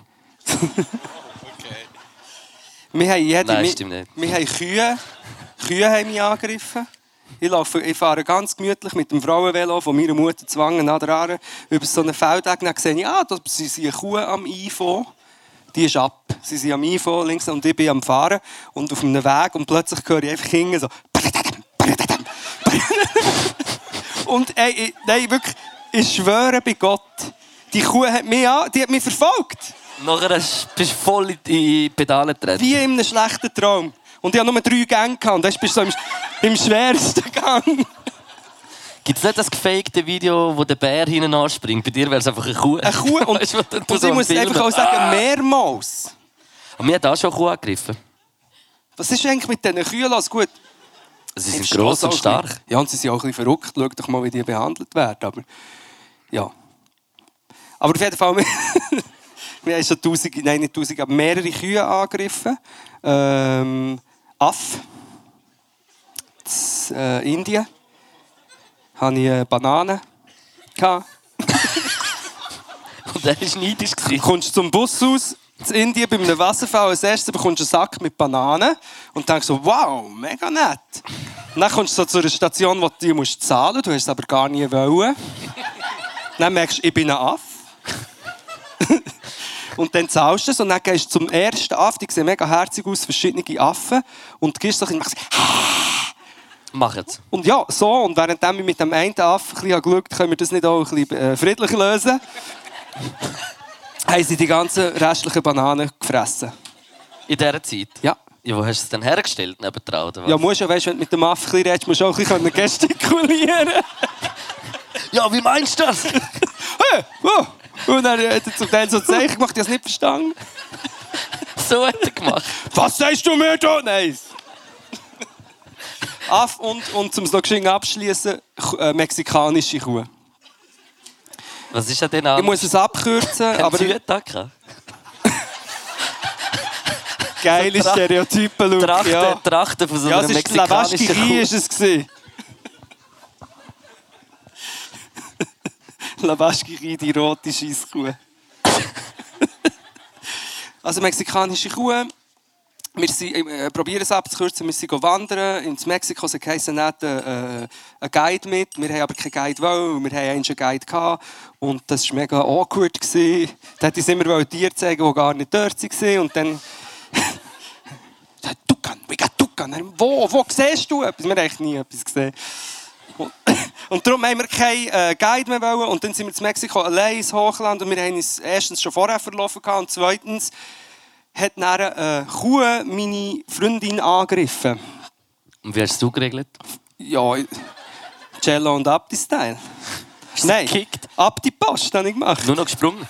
Nein, stimmt nicht. Wir haben Kühe. Kühe haben mich angegriffen. Ich fahre ganz gemütlich mit dem Frauenvelo von meiner Mutter Zwangen nach der Aare über so einen Feldweg. Dann sehe ich, da sind eine Kuh am Einfahren. Die ist ab. Sie sind am Einfahren links und ich bin am Fahren. Und auf einem Weg und plötzlich höre ich einfach hinten so... Und nein, wirklich, ich schwöre bei Gott, die Kuh hat mich verfolgt. Nachher bist du voll in die Pedale getreten. Wie in einem schlechten Traum. Und ich hatte nur 3 Gänge gehabt. Und dann bist du so im schwersten Gang. Gibt es nicht das gefakte Video, wo der Bär hinten anspringt? Bei dir wäre es einfach eine Kuh. Eine Kuh und, Weißt du, was du und so ich muss filmen? einfach auch sagen, mehrmals. Und mir hat auch schon eine Kuh angegriffen. Was ist eigentlich mit diesen Kühen los? Gut. Sie sind gross und stark. Ja, und sie sind auch ein bisschen verrückt. Schau doch mal, wie die behandelt werden. Aber, ja. Aber auf jeden Fall, wir haben schon mehrere Kühe angegriffen. Aff. In Indien hatte ich Bananen. Und er war neidisch. Du kommst zum Bushaus in Indien bei einem Wasserfall. Als erstes bekommst du einen Sack mit Bananen und denkst so, wow, mega nett. Und dann kommst du so zu einer Station, wo du musst zahlen musst. Du hast es aber gar nie wollen. Dann merkst du, ich bin ein Affe. Und dann zahlst du es und dann gehst du zum ersten Aff. Die sehen mega herzig aus, verschiedene Affen. Und gehst so ein bisschen, Mach es. und ja, so. Und während ich mit dem einen Aff ein bisschen geschaut habe, können wir das nicht auch ein bisschen friedlich lösen, haben sie die ganzen restlichen Bananen gefressen. In dieser Zeit? Ja. Ja, wo hast du es dann hergestellt? Nebendran, oder was? Ja, musst ja, weißt, wenn du mit dem Aff ein bisschen redest, musst du auch ein bisschen gestikulieren. Ja, wie meinst du das? Hey, oh. Und dann hat er zum Teil so Zeichen gemacht, ich habe es nicht verstanden. So hat er gemacht. Was sagst du mir da? Nein. Aff und um es noch geschwind abschließen, mexikanische Kuh. Was ist denn an? Ich muss es abkürzen, Haben aber Sie Hüte gehabt? geile Stereotypen, Luke. Trachten, Ja, Trachten von so ja einer es ist Lavashki mexikanischen Ri, Kuh. ist es gewesen. Lavashki Ri, die rote Scheisskuh. Also mexikanische Kuh. Wir probieren es abzukürzen. Wir sind wandern. In Mexiko heisst ein Guide mit. Wir haben aber keinen Guide wollen. Wir hatten einen Guide gehabt. Und das war mega awkward. Der wollte uns immer Tiere zeigen, die gar nicht dort waren. Und dann... Tucan, we got Tucan. Wo siehst du etwas? Wir haben eigentlich nie etwas gesehen. Und darum haben wir keinen Guide mehr wollen. Und dann sind wir in Mexiko allein ins Hochland. Und wir haben uns erstens schon vorher verlaufen. Und zweitens hat dann eine Kuh meine Freundin angegriffen. Und wie hast du geregelt? Ja, Cello und Abdi-Style. Nein, gekickt? Abdi-Post habe ich gemacht. Nur noch gesprungen?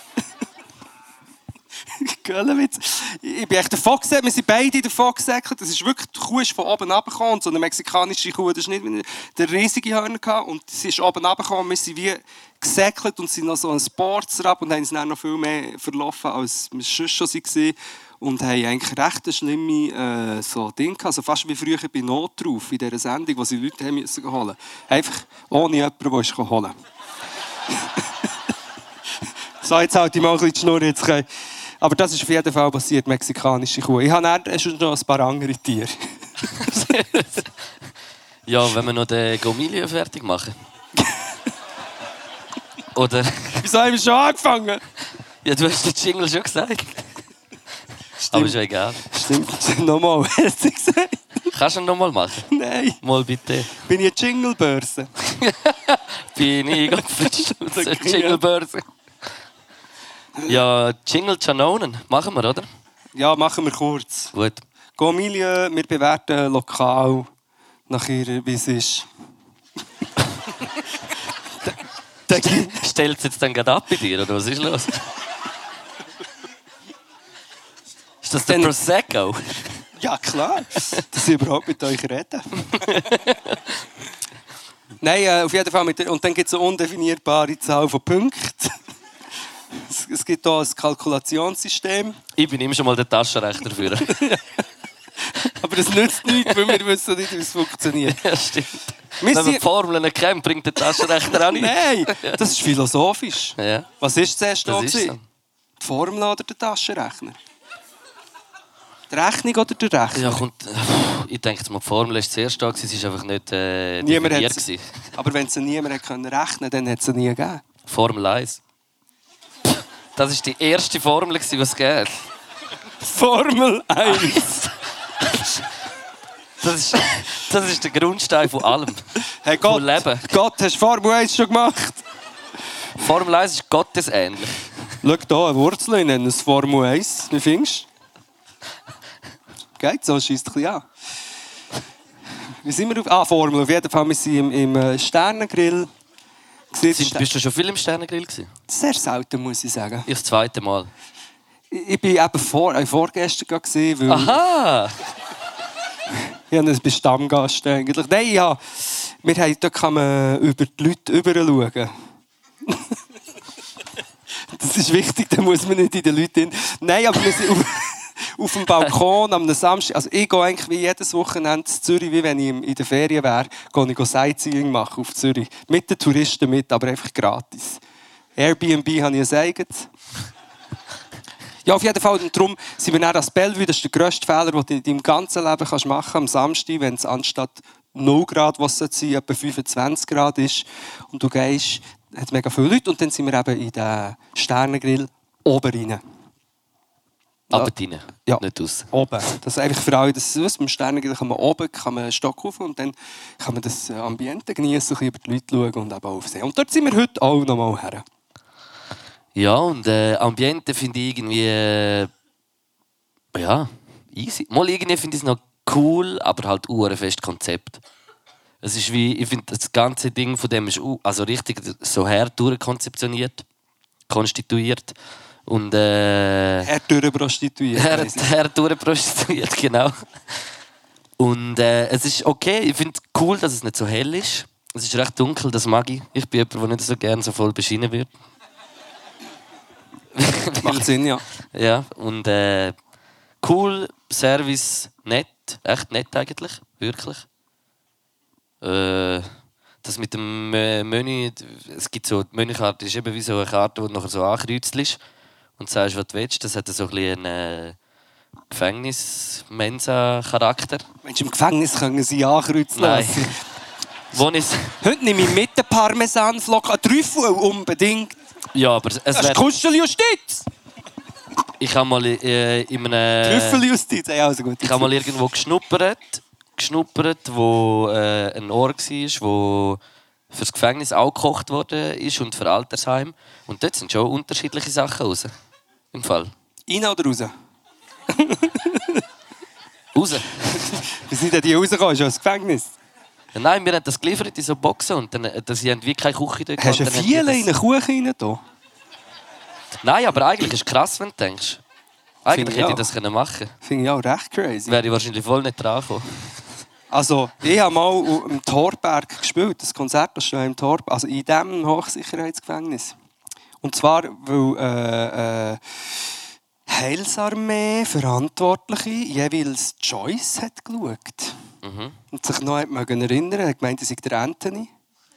Göllenwitz. Ich bin echt davon gesäckelt. Wir sind beide davon gesäckelt. Das ist wirklich, die Kuh ist von oben runtergekommen. So eine mexikanische Kuh, das ist nicht wie der riesige Hörner gehabt. Und sie ist oben runtergekommen. Wir sind wie gesäckelt und sind noch so ein Sportsrad und haben uns dann noch viel mehr verlaufen, als wir sonst schon waren. Und haben eigentlich recht eine schlimme so Ding gehabt. Also fast wie früher bei Notruf in dieser Sendung, wo sie Leute haben müssen holen. Einfach ohne jemanden, der ist holen. So, jetzt halte ich mal ein bisschen die Schnur. Jetzt aber das ist auf jeden Fall passiert, mexikanische Kuh. Ich habe dann schon noch ein paar andere Tiere. Ja, wenn wir noch den Gomilio fertig machen. Oder... Wieso haben wir schon angefangen? Ja, du hast den Jingle schon gesagt. Aber ist ja egal. Stimmt, nochmal, hast du gesagt? Kannst du ihn nochmal machen? Nein. Mal bitte. Bin ich eine Jinglebörse? Bin ich Gottfried Jinglebörse. Ja, Jingle Janonen. Machen wir, oder? Ja, machen wir kurz. Gut. Gomilie, wir bewerten lokal nach ihr, wie es ist. Stellt es jetzt dann gerade ab bei dir, oder was ist los? Ist das der Prosecco? Ja, klar. Dass ich überhaupt mit euch reden. Nein, auf jeden Fall. Und dann gibt es eine undefinierbare Zahl von Punkten. Es gibt hier ein Kalkulationssystem. Ich bin immer schon mal der Taschenrechner dafür. Aber das nützt nichts, weil wir wissen nicht, wie es funktioniert. Ja, stimmt. Wenn man die Formeln kennt, bringt der Taschenrechner auch nichts. Nein, das ist philosophisch. Ja. Was ist zuerst da? Das ist so. Die Formel oder der Taschenrechner? Die Rechnung oder der Rechner? Ja, ich denke, die Formel war zuerst da, sie war einfach nicht Niemand definiert. hat's. Aber wenn sie niemand rechnen konnte, dann hat es sie nie gegeben. Formel 1. Das war die erste Formel, die es gab. Formel 1. Das ist der Grundstein von allem. Hey Gott, Von Leben. Gott, hast du Formel 1 schon gemacht? Formel 1 ist gottesähnlich. Schau hier, eine Wurzel, ich nenne es Formel 1. Wie findest du? Geht so, schießt ein bisschen an. Wie sind wir auf? Formel. Auf jeden Fall, wir sind im Sternengrill. Bist du schon viel im Sternengrill gewesen? Sehr selten, muss ich sagen. Ich das zweite Mal. Ich war eben vorgestern, weil Aha! ich habe einen Stammgast eigentlich. Nein, ja, da kann man über die Leute rüber schauen. Das ist wichtig, da muss man nicht in den Leuten hin. Nein, aber wir sind auf dem Balkon am Samstag. Also ich gehe eigentlich wie jedes Wochenende in Zürich, wie wenn ich in der Ferien wäre, gehe ich Sightseeing machen auf Zürich. Mit den Touristen mit, aber einfach gratis. Airbnb habe ich ein eigenes. Ja, auf jeden Fall. Und darum sind wir dann ans Bellevue. Das ist der grösste Fehler, den du in deinem ganzen Leben machen kannst. Am Samstag, wenn es anstatt 0 Grad, was es sein, etwa 25 Grad ist, und du gehst, hat mega viele Leute. Und dann sind wir eben in den Sternengrill oben rein. Aber rein, Ja. nicht aus. Oben. Das ist einfach für alle, das ist beim Sternengrill kann man oben einen Stock rauf und dann kann man das Ambiente genießen, über die Leute schauen und eben aufsehen. Und dort sind wir heute auch noch mal her. Ja, und Ambiente finde ich irgendwie... ja, easy. Mal irgendwie finde ich es noch cool, aber halt fest Konzept. Es ist wie... Ich finde, das ganze Ding von dem ist also richtig so durchkonzeptioniert, konstituiert. Und durchprostituiert. Durchprostituiert, genau. Und es ist okay. Ich finde es cool, dass es nicht so hell ist. Es ist recht dunkel, das mag ich. Ich bin jemand, der nicht so gerne so voll beschienen wird. Macht Sinn, ja. Ja, und cool, Service, nett. Echt nett eigentlich, wirklich. Das mit dem Menü, es gibt so, die Menükarte ist eben wie so eine Karte, die nachher so ankreuzt ist. Und sagst, was du willst. Das hat so ein bisschen einen Gefängnis-Mensa-Charakter. Mensch, im Gefängnis können sie ankreuzen lassen. Nein. Wo ist... Heute nehme ich mit den Parmesanflocken, Trüffel unbedingt. Ja, aber es Das ist wäre... Kuscheljustiz! Ich habe mal in einem... Trüffeljustiz, ja, also gut. Ich habe mal irgendwo geschnuppert, wo ein Ort war, wo fürs Gefängnis auch gekocht worden ist und für Altersheim. Und dort sind schon unterschiedliche Sachen raus. Im Fall. Rein oder raus? Raus. Wie sind denn die rausgekommen? Schon ins Gefängnis? Nein, wir haben das geliefert in so Boxen und dann, sie haben wirklich keine Küche dort. Hast du gehabt. viele in eine Kuchen rein da? Nein, aber eigentlich ist es krass, wenn du denkst. Eigentlich Finde ich hätte ich das machen können. Finde ich auch recht crazy. Wäre ich wahrscheinlich voll nicht dran gekommen. Also, ich habe mal im Thorberg gespielt, das Konzert, das steht im Thorberg, also in diesem Hochsicherheitsgefängnis. Und zwar, weil Heilsarmee Verantwortliche jeweils Joyce hat geschaut. Und sich noch erinnern, er hat gemeint, er sei der Anthony.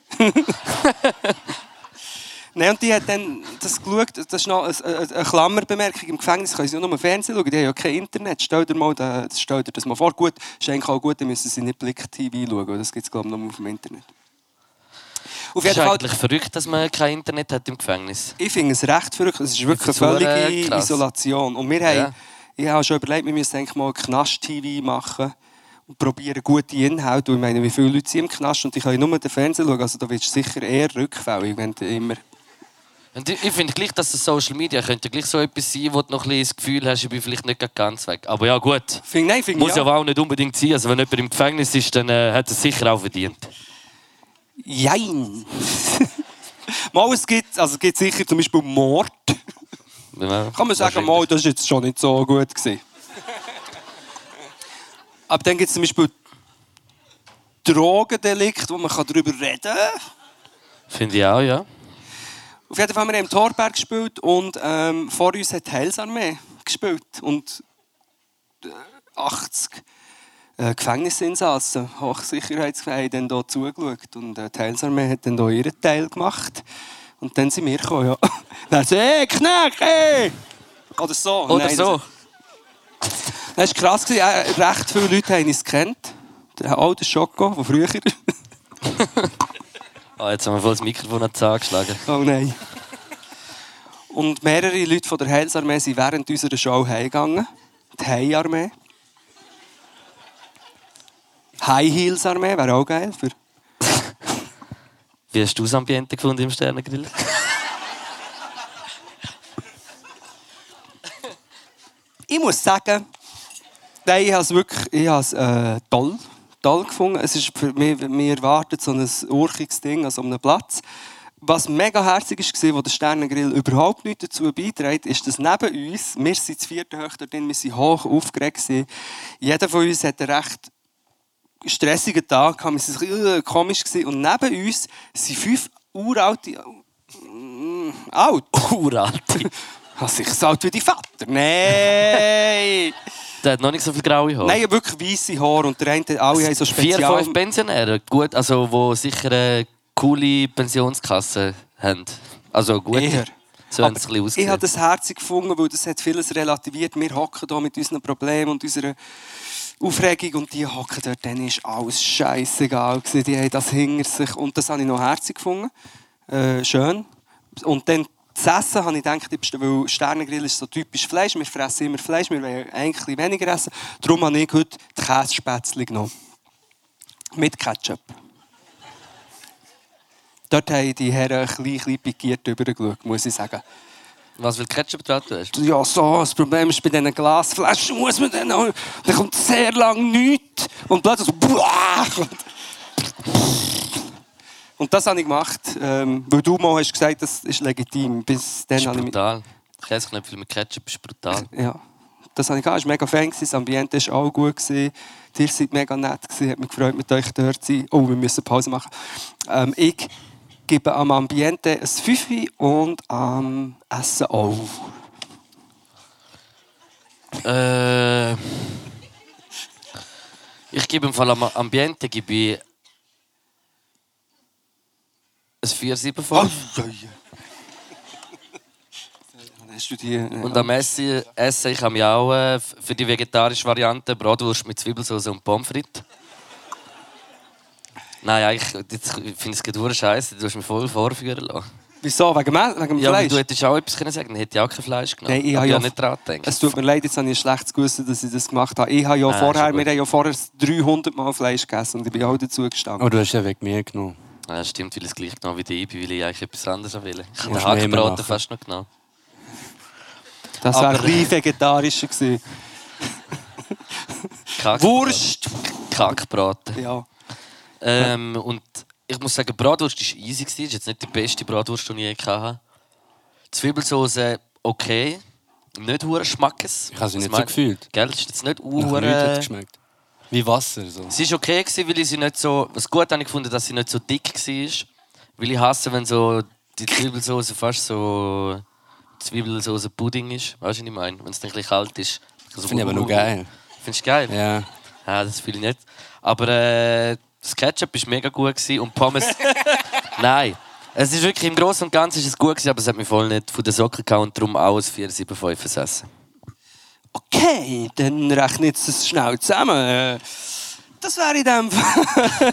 Nein, und die hat dann das geschaut, das ist noch eine Klammerbemerkung, im Gefängnis können sie nur im Fernsehen schauen, die haben ja kein Internet. Stell dir das mal vor. Gut, ist eigentlich auch gut, dann müssen sie nicht Blick-TV schauen, das gibt es glaube ich nur auf dem Internet. Auf Es jeden ist Fall, eigentlich verrückt, dass man kein Internet hat im Gefängnis. ich finde es recht verrückt, es ist wirklich Ich find's eine völlige krass. Isolation. Und wir haben, ich habe schon überlegt, wir müssen eigentlich mal Knast-TV machen und probieren gute Inhalte. Ich meine, wie viele Leute sind im Knast und die können nur den Fernsehen schauen, also da wirst du sicher eher rückfällig, wenn du immer... Und ich finde gleich, dass das Social Media könnte gleich so etwas sein, wo du noch ein bisschen das Gefühl hast, ich bin vielleicht nicht ganz weg. Aber ja, gut. Muss ja auch nicht unbedingt sein. Also wenn jemand im Gefängnis ist, dann hat er es sicher auch verdient. Jein. Mal, es gibt sicher zum Beispiel Mord. Ja, Kann man sagen, mal, das war jetzt schon nicht so gut gewesen. Aber dann gibt es zum Beispiel Drogendelikt, wo man darüber reden kann. Finde ich auch, ja. Auf jeden Fall haben wir im Thorberg gespielt und vor uns hat die Heilsarmee gespielt. Und 80 Gefängnisinsassen, Hochsicherheitsgefängnisse, haben dann hier zugeschaut. Und die Heilsarmee hat dann hier ihren Teil gemacht. Und dann sind wir gekommen, ja. Dann so, hey, Knecht, hey! Oder so. Oder Nein, so. Das war krass. Recht viele Leute haben uns gekannt. Auch der Schoko von früher. Jetzt haben wir voll das Mikrofon an die Zahn geschlagen. Oh nein. Und mehrere Leute von der Heilsarmee sind während unserer Show heimgegangen. Die Heiarmee. High Heels Armee wäre auch geil. Wie hast du das Ambiente gefunden im Sternengrill? Ich muss sagen, nein, ich habe es wirklich toll gefunden. Es ist für mich, mir erwartet so ein urchiges Ding an so einem Platz. Was mega herzig war, wo der Sternengrill überhaupt nichts dazu beiträgt, ist, dass neben uns, wir sind das 4. hoch dort drin, wir waren hoch aufgeregt. Jeder von uns hatte einen recht stressigen Tag, wir waren ein bisschen komisch. Und neben uns sind 5 uralte... alt? Uralte. Also ich so alt wie dein Vater. Nein! Der hat noch nicht so viel graue Haare. Nein, wirklich weisse Haare. Und der eine, alle haben so 4, Spezial... 5 Pensionäre. Gut, also die sicher eine coole Pensionskasse haben. Also gut. Eher. So haben sie es ein bisschen Ich ausgesehen. habe das herzig gefunden, weil das hat vieles relativiert. Wir hocken hier mit unseren Problemen und unserer Aufregung und die hocken dort. Dann ist alles scheissegal gewesen. Die haben das hinter sich. Und das habe ich noch herzig gefunden. Schön. Und dann das Essen habe ich gedacht, weil Sternengrill ist so typisch Fleisch. Wir fressen immer Fleisch, wir wollen eigentlich weniger essen. Darum habe ich heute die Kässpätzle genommen. Mit Ketchup. Dort haben die Herren ein bisschen pikiert rübergeschaut, muss ich sagen. Was, weil Ketchup drauf hast? Ja, so, das Problem ist, bei diesen Glasflaschen muss man dann auch... Dann kommt sehr lang nichts. Und plötzlich so... Und das habe ich gemacht, weil du mal hast gesagt, das ist legitim. Bis dann Das ist habe ich brutal. Käseknöpfel mit Ketchup ist brutal. ja, das habe ich gehabt. Es war mega Fan. Das Ambiente war auch gut. Die Ihr seid mega nett. Hat mich gefreut, mit euch dort zu sein. Oh, wir müssen Pause machen. Ich gebe am Ambiente ein 5 und am Essen auch. Ich gebe im Fall am Ambiente gebe ich ein 4,75. Hast du die, Und am Essen esse ich mir auch für die vegetarische Variante Bratwurst mit Zwiebelsauce und Pommes frites. Nein, eigentlich ich finde es gerade scheiße. Du hast mich voll vorführen lassen. Wieso? Wegen dem Ja, aber Fleisch? du hättest auch etwas können sagen. Dann hätte ich auch kein Fleisch genommen. Nein, ich aber habe ich ja habe nicht dran gedacht. Es tut mir leid, jetzt habe ich ein schlechtes Gewissen, dass ich das gemacht habe. Ich habe ja Nein, vorher, ist ja wir haben ja vorher 300 Mal Fleisch gegessen und ich bin auch dazu gestanden. Aber du hast ja wegen mir genommen. Ja, stimmt, weil ich es gleich genommen wie die Ibi, weil ich eigentlich etwas anderes will. Ich habe den Musst du mehr Hakenbraten machen. fast noch genommen. Das wäre ein aber- bisschen vegetarischer gewesen. Wurst! Kackbraten. Ja. Und ich muss sagen, die Bratwurst war easy. Das ist jetzt nicht die beste Bratwurst, die ich je hatte. Die Zwiebelsauce okay. Nicht hure Schmackes. Ich habe sie Das nicht so gefühlt. Gell, das ist jetzt nicht Nach nichts hat es hure... geschmeckt. Wie Wasser. So. Es war okay, weil ich sie nicht so... Was gut habe ich gefunden, dass sie nicht so dick war. Weil ich hasse, wenn so die Zwiebelsauce fast so... Zwiebelsauce-Pudding ist. Weißt du, was ich meine? Wenn es dann ein bisschen kalt ist. Das finde ich aber noch geil. Findest du geil? Ja. Ja, das fühle ich nicht. Aber das Ketchup war mega gut gewesen und Pommes... Nein. Es ist wirklich, im Großen und Ganzen ist es gut gewesen, aber es hat mich voll nicht von den Socken gehauen und darum auch ein 4,75 Essen. Okay, dann rechne ich es schnell zusammen. Das wäre in dem Fall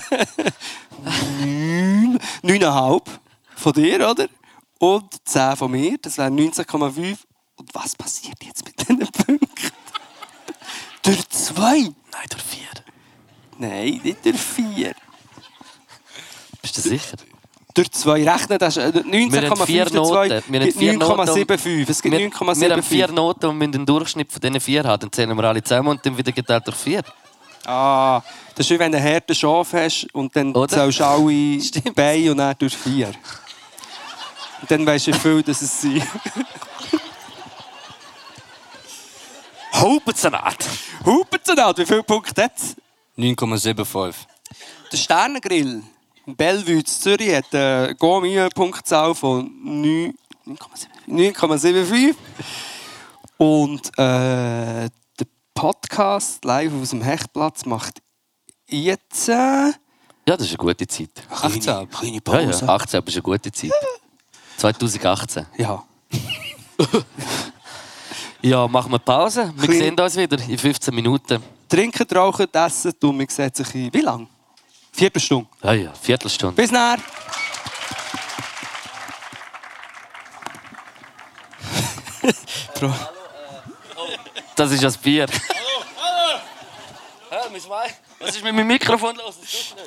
9,5 von dir, oder? Und 10 von mir, das wäre 19,5. Und was passiert jetzt mit diesen Punkten? Durch 2? Nein, durch 4. Nein, nicht durch 4. Bist du sicher? Durch 2 rechnen, das ist 19,5 durch 2 gibt 9,75. Es gibt Wir haben 4 9,75. Noten und müssen den Durchschnitt von diesen 4 haben. Dann zählen wir alle zusammen und dann wieder geteilt durch 4. Ah, das ist wie wenn du einen harten Schaf hast und dann Oder? zählst du alle Stimmt. Beine und dann durch 4. Und dann weisst du, wie viel das es sind. Haubensalat! Hupenzenat, wie viele Punkte hat es? 9,75. Der Sternengrill in Bellevue in Zürich hat eine Gourmet-Punktzahl von 9,75. Und der Podcast live aus dem Hechtplatz macht jetzt Ja, das ist eine gute Zeit. 18. kleine Ja, Pause. ja, 18 ist eine gute Zeit. 2018. Ja. Ja, machen wir Pause. Wir Klein- sehen uns wieder in 15 Minuten. Trinken, rauchen, essen, tun. Man sieht sich in... Wie lange? Viertelstunde. Ja, ja, Viertelstunde. Bis nachher. Das ist das Bier. Hallo! Was ist mit meinem Mikrofon los?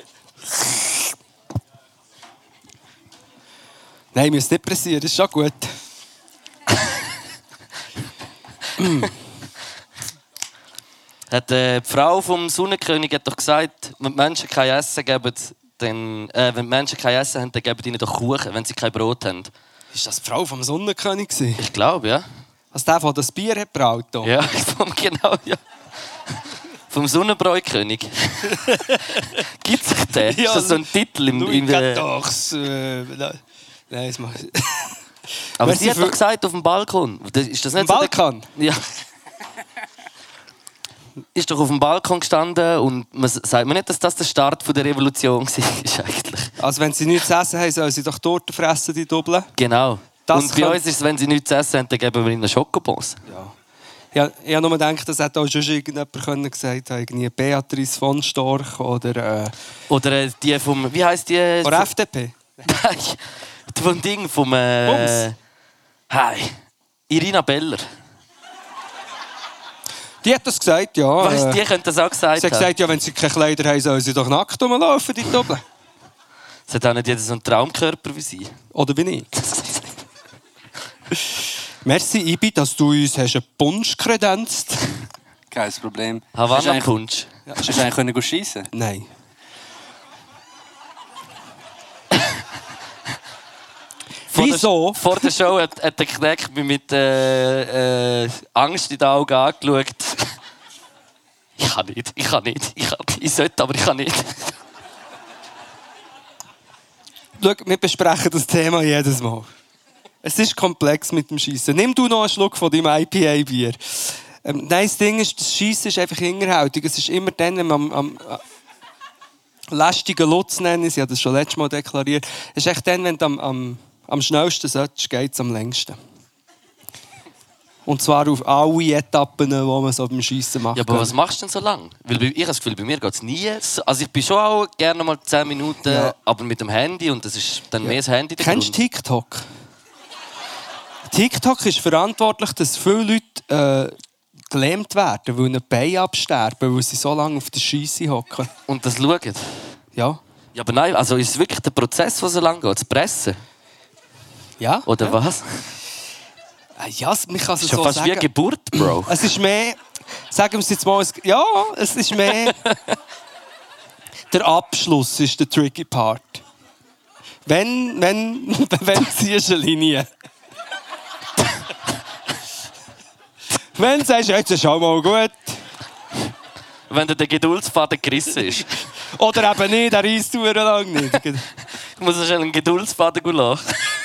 Nein, ich muss nicht pressieren, das ist schon gut. Hat die Frau vom Sonnenkönig hat doch gesagt, wenn die Menschen kein Essen geben, dann, wenn die Menschen kein Essen haben, dann geben ihnen doch Kuchen, wenn sie kein Brot haben. Ist das die Frau vom Sonnenkönig gewesen? Ich glaube, ja. Was der von das Bier hat braut? hier? Ja, genau, ja. Vom Sonnenbräukönig. Gibt es den? Ja, Ist das so ein Titel im Louis XIV. Nein, das mache ich. Aber Merci sie hat für- doch gesagt, auf dem Balkon. Ist das nicht Am so der- Balkan? Ja. Ist doch auf dem Balkon gestanden und sagt man nicht, dass das der Start der Revolution war, ist eigentlich. Also wenn sie nichts zu essen haben, sollen sie doch Torte fressen, die Doppeln. Genau. Das Und bei kann- uns ist es, wenn sie nichts zu essen haben, dann geben wir ihnen Schokobons. Ja, ich habe nur gedacht, das hätte auch schon irgendjemand gesagt haben, irgendwie Beatrice von Storch oder Oder die vom... Wie heisst die? oder FDP. Nein, vom Ding vom... Bums. Hi. Irina Beller. Die hat das gesagt, ja. Weißt, die könnte das auch gesagt Sie hat haben. gesagt, ja, wenn sie keine Kleider haben, sollen sie doch nackt rumlaufen, die Doppeln. Es hat auch nicht jeder so einen Traumkörper wie sie. Oder bin ich? Merci, Ibi, dass du uns hast einen Punsch kredenzt. Kein Problem. Havanna-Punsch. Hast du eigentlich schiessen? Nein. Wieso? Vor der Show hat der Knecht mich mit Angst in den Augen angeschaut. Ich kann nicht. Ich sollte, aber ich kann nicht. Schau, wir besprechen das Thema jedes Mal. Es ist komplex mit dem Schiessen. Nimm du noch einen Schluck von deinem IPA-Bier. Nein, das Ding ist, das Schiessen ist einfach hinterhältig. Es ist immer dann, wenn man am lästigen Lutz nennen, ich habe das schon letztes Mal deklariert, es ist echt dann, wenn du am schnellsten solltest, geht es am längsten. Und zwar auf alle Etappen, die man so beim Schiessen macht. Ja, aber was machst du denn so lange? Weil ich habe das Gefühl, bei mir geht es nie. Also ich bin schon auch gerne mal 10 Minuten, Ja. aber mit dem Handy und das ist dann mehr das Handy der Kennst du Grund. TikTok? TikTok ist verantwortlich, dass viele Leute gelähmt werden, weil ihnen die Beine absterben, weil sie so lange auf der Scheisse hocken. Und das schauen. Ja. Ja, aber nein, also ist es wirklich der Prozess, der so lange geht? Das Pressen? Ja? Oder was? Ja, man kann es Ist ja so fast wie eine sagen. Geburt, Bro. Es ist mehr, sagen wir es jetzt mal, ja, es ist mehr, der Abschluss ist der tricky Part. Wenn ziehst du eine Linie. Wenn du sagst, jetzt ist auch mal gut. Wenn dir der Geduldsfaden gerissen ist. Oder eben nicht, der reisst du lang nicht. Du musst schnell einen Geduldsfaden lassen.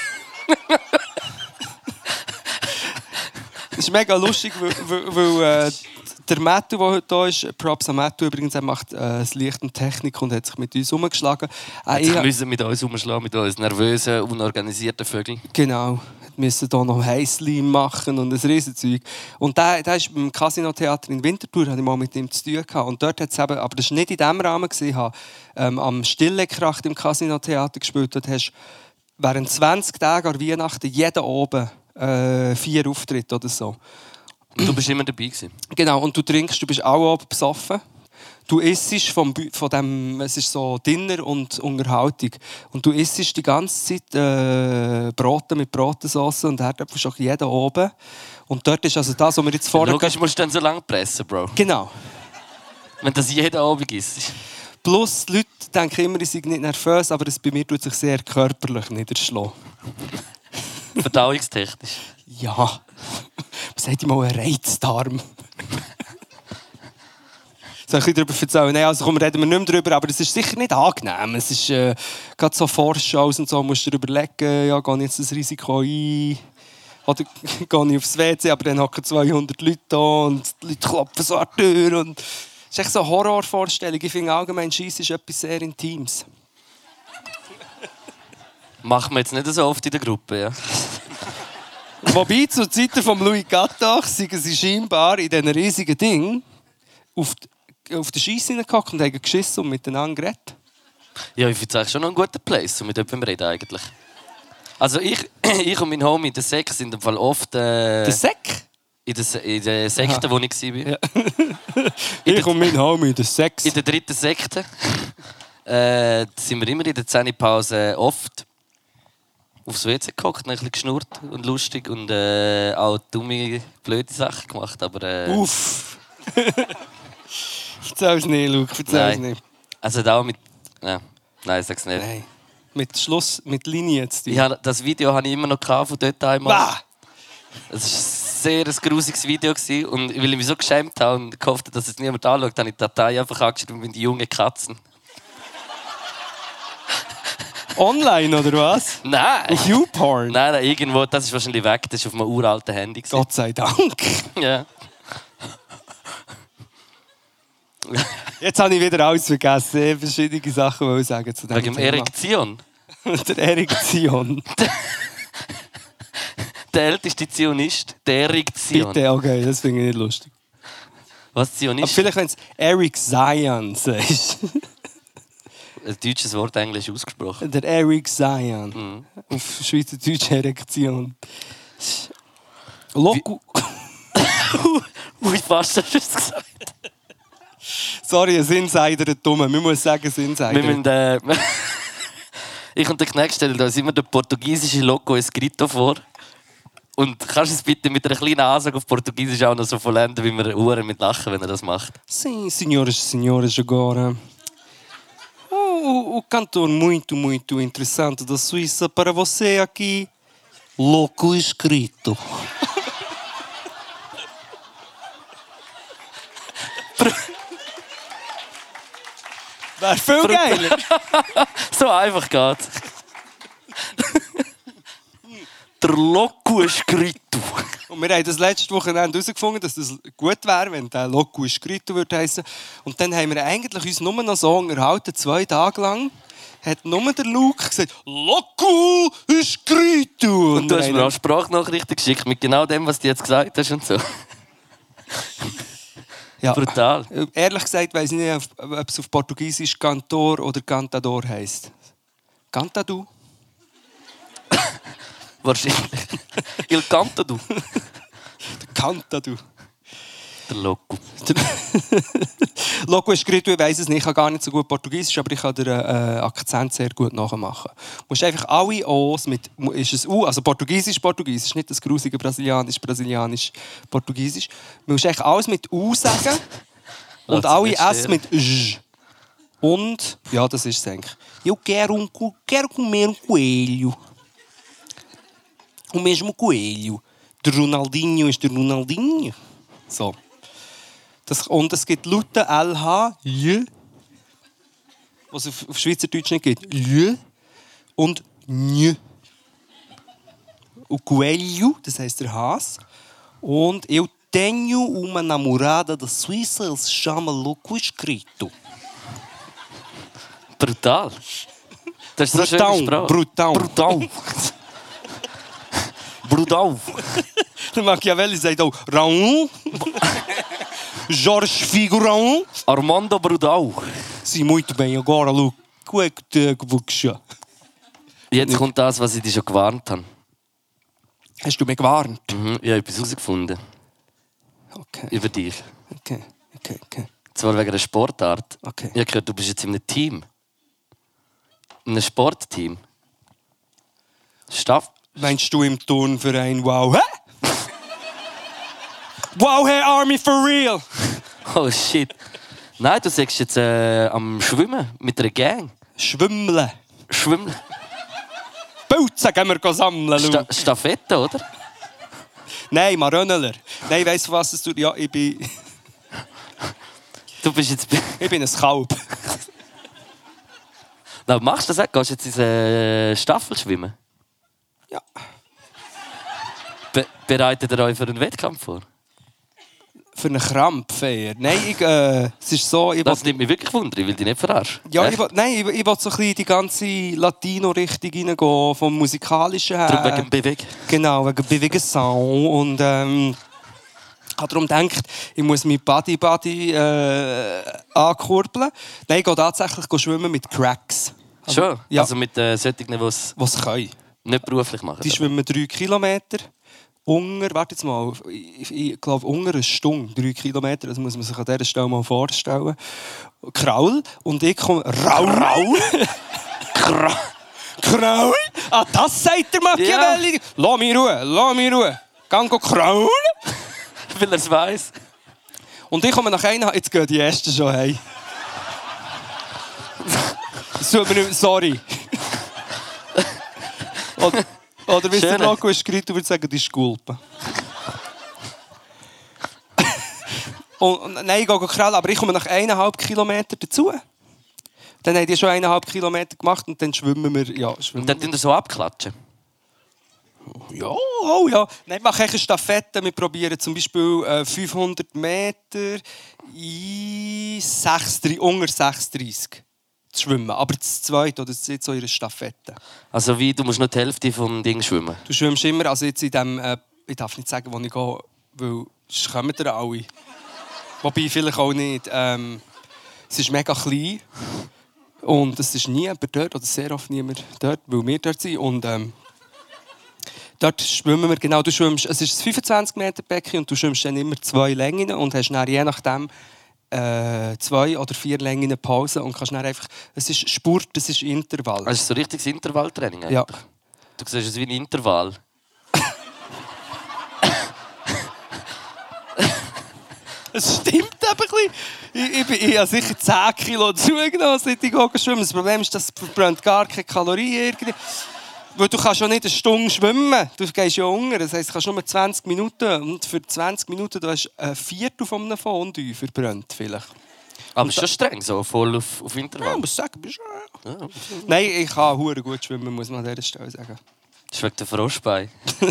Es ist mega lustig, weil der Matthew, der heute da ist, Props an Matthew übrigens, er macht das Licht und Technik und hat sich mit uns umgeschlagen. Wir müssen mit uns umschlagen, mit uns nervösen, unorganisierten Vögeln. Genau. Wir müssen hier noch Heisslim machen und ein Riesenzeug. Und der ist beim Casino-Theater in Winterthur, hatte ich mal mit ihm zu tun gehabt. Und dort hat es eben, aber das war nicht in diesem Rahmen, ich habe am Stillekracht im Casino-Theater gespielt. Dort hast du während 20 Tagen an Weihnachten jeden oben 4 Auftritte oder so. Und du bist immer dabei gewesen. Genau, und du trinkst, du bist auch oben besoffen. Du isst von dem, es ist so Dinner und Unterhaltung. Und du isst die ganze Zeit Brote mit Brotensauce und Herdöpfel ist auch jeder oben. Und dort ist also das, was wir jetzt vorher... Logisch musst du dann so lange pressen, Bro. Genau. Wenn das jeden Abend ist. Plus, die Leute denken immer, ich sei nicht nervös, aber es bei mir tut sich sehr körperlich niederschlagen. Verdauungstechnisch. Ja. Was sagt mal ein Reizdarm? Soll ich darüber erzählen? Nein, also komm, reden wir nicht mehr darüber, aber es ist sicher nicht angenehm. Es ist gerade so Vorschaus und so, musst du dir überlegen, ja, gehe ich jetzt das Risiko ein oder gehe ich aufs WC, aber dann hocken 200 Leute da und die Leute klopfen so an die Tür. Und es ist echt so eine Horrorvorstellung. Ich finde allgemein, Scheiss ist etwas sehr Intimes. Machen wir jetzt nicht so oft in der Gruppe, ja. Wobei, zu Zeiten von Louis Gattach sind sie scheinbar in diesen riesigen Dingen auf der Scheisse hineingehockt und haben geschissen und miteinander geredet. Ja, ich finde es eigentlich schon noch ein guter Place, um mit jemandem reden eigentlich. Also ich und mein Homie, der Sek, sind im Fall oft... Der Sek? In der Sekte, wo ich war. Ja. Ich und mein Homie, der Sex. In der 3. Sekte sind wir immer in der 10-Pause oft aufs WC gehockt, ein bisschen geschnurrt und lustig und auch dumme, blöde Sachen gemacht. Aber, Uff! Erzähl's nicht, Luke, erzähl's nicht. Also da mit... Ja. Nein, sag's nicht. Nein. Mit Schluss, mit Linie jetzt. Das Video habe ich immer noch von dort einmal. Bah! Es war sehr ein grusiges Video gewesen. Und weil ich mich so geschämt habe und gehofft habe, dass es niemand anschaut, habe ich die Datei einfach angeschrieben mit den jungen Katzen. Online, oder was? Nein! Auf YouPorn? Nein, irgendwo, das ist wahrscheinlich weg, das ist auf einem uralten Handy gewesen. Gott sei Dank. Ja. Jetzt habe ich wieder alles vergessen. Ich wollte verschiedene Sachen sagen zu dem Wegen dem Thema. Erektion. Der Erektion. Der älteste Zionist, der Erik Zion. Bitte, okay, das finde ich nicht lustig. Was Aber Zionist? vielleicht, wenn es Eric Zion sagst. Ein deutsches Wort, Englisch ausgesprochen. Der Eric Zion. Auf Schweizerdeutsch Erektion. Loco. Ui, fast hast du es gesagt. Sorry, ein Insider, ein Dummer. Man muss sagen, ein Insider. Wir müssen, ich und der Knecht stellen uns immer den portugiesischen Loco Escrito vor. Und kannst du es bitte mit einer kleinen Ansage auf Portugiesisch auch noch so vollenden, wie wir Uhren mit lachen, wenn er das macht? Sim, senhoras e senhores, agora. O cantor muito interessante da Suíça para você aqui. Loco Escrito. Wäre viel geiler. So einfach geht's. Der Loco Escrito. Und wir haben das letzte Wochenende herausgefunden, dass das gut wäre, wenn der Loco Escrito würde heissen. Und dann haben wir eigentlich uns nur noch so unterhalten, 2 Tage lang. Hat nur der Luke gesagt, Loco Escrito. Und du hast mir auch Sprachnachrichten geschickt mit genau dem, was du jetzt gesagt hast und so. Ja. Brutal. Ehrlich gesagt weiss ich nicht, ob es auf Portugiesisch Cantor oder Cantador heisst. Cantadu? Wahrscheinlich. Il canto du. Cantadu. Der Loco. Loco Escrito, ich weiss es nicht, ich kann gar nicht so gut Portugiesisch, aber ich kann den Akzent sehr gut nachmachen. Du musst einfach alle O's mit, ist es U, also Portugiesisch, nicht das grusige Brasilianisch, Portugiesisch. Du musst eigentlich alles mit U sagen und alle S mit J. Und, ja, das ist es eigentlich. Eu quero comer coelho. O mesmo coelho. Der Ronaldinho ist der Ronaldinho. So. Und es gibt Laute LH, J, was es auf Schweizerdeutsch nicht gibt. J und Nj. Und Coelho, das heisst der Hase. Und eu tenho uma namorada da Suíça, ele se chama Loco Escrito. Brutal. Das ist so eine schöne Sprache. Brutal. Brutal. Der Machiavelli sagt auch Raoul. Jorge Figurão. Armando Brutal. Sim, muito bem. Agora, Luke, o que é que te gewünscht? Jetzt kommt das, was ich dich schon gewarnt habe. Hast du mich gewarnt? Mhm, ich habe etwas herausgefunden. Okay. Über dich. Okay. Zwar wegen einer Sportart. Okay. Ich habe gehört, du bist jetzt in einem Team. In einem Sportteam. Meinst du im Turnverein Wow? Hä? Wow, hey Army for real! Oh shit. Nein, du sagst jetzt am Schwimmen mit einer Gang. Schwimmeln. Schwimmen. Pilze gehen wir sammeln, Luke. Stafette, oder? Nein, Marönneler. Nein, weißt du was es tut? Ja, ich bin Du bist jetzt... ein Kalb. Na, machst du das auch? Gehst du jetzt in Staffel schwimmen? Ja. Bereitet ihr euch für einen Wettkampf vor? Für einen Krampf. Nein, es ist so... Das nimmt mich wirklich Wunder, ich will dich nicht verarschen. Ja, Echt? ich will so ein bisschen in die ganze Latino-Richtung reingehen, vom Musikalischen her. Darum wegen Bewegung. Genau, wegen Bewegung und habe darum gedacht, ich muss mein Body ankurbeln. Nein, ich gehe tatsächlich schwimmen mit Cracks. Schon? Ja. Also mit solchen, die es Was können. nicht beruflich machen. Die schwimmen 3 Kilometer. Warte jetzt mal, ich glaube, unter einer Stunde, 3 Kilometer, das muss man sich an dieser Stelle mal vorstellen. Kraul und ich komme... Raul? Kraul? Ah, das sagt der Machiavelli! Ja. Lass mich Ruhe. Gang Kraul! Weil er es weiss. Und ich komme nach einer... Jetzt gehen die Ersten schon heim. Das tut mir nicht... Sorry. Oder wie es der Loco Escrito würde sagen, die Skulpe. Nein, ich gehe krallen, aber ich komme nach 1,5 Kilometer dazu. Dann haben die schon 1,5 Kilometer gemacht und dann schwimmen wir. Ja, Und dann tun wir so abklatschen. Ja, oh ja. Nein, ich mache eine Staffette. Wir probieren zum Beispiel 500 Meter in unter 6,30 zu schwimmen. Aber das Zweite oder das Dritte so in einer Staffette. Also wie, du musst noch die Hälfte vom Ding schwimmen? Du schwimmst immer, also jetzt in dem, ich darf nicht sagen, wo ich gehe, weil sonst kommen dir alle. Wobei, vielleicht auch nicht. Es ist mega klein und es ist nie jemand dort, oder sehr oft niemand dort, weil wir dort sind. Und dort schwimmen wir, genau, du schwimmst, es ist ein 25 Meter Becken und du schwimmst dann immer 2 Längen und hast dann je nachdem 2 oder 4 Längen Pause und kannst dann einfach, es ist Sport, es ist Intervall. Also es ist so richtiges Intervalltraining eigentlich? Ja. Du siehst es wie ein Intervall. Es stimmt eben ein bisschen. Ich habe sicher 10 Kilo zugenommen, seit ich schwimmen. Das Problem ist, das verbrennt gar keine Kalorien irgendwie. Weil du kannst ja nicht 1 Stunde schwimmen. Du gehst ja unter. Das heisst, du kannst nur 20 Minuten. Und für 20 Minuten du hast ein Viertel von einem Fondue verbrannt vielleicht. Aber es ist schon streng, so voll auf Intervall. Ja, ich muss sagen, bist du... Ja. Nein, ich kann verdammt gut schwimmen, muss man an dieser Stelle sagen. Das ist wegen der Froschbein.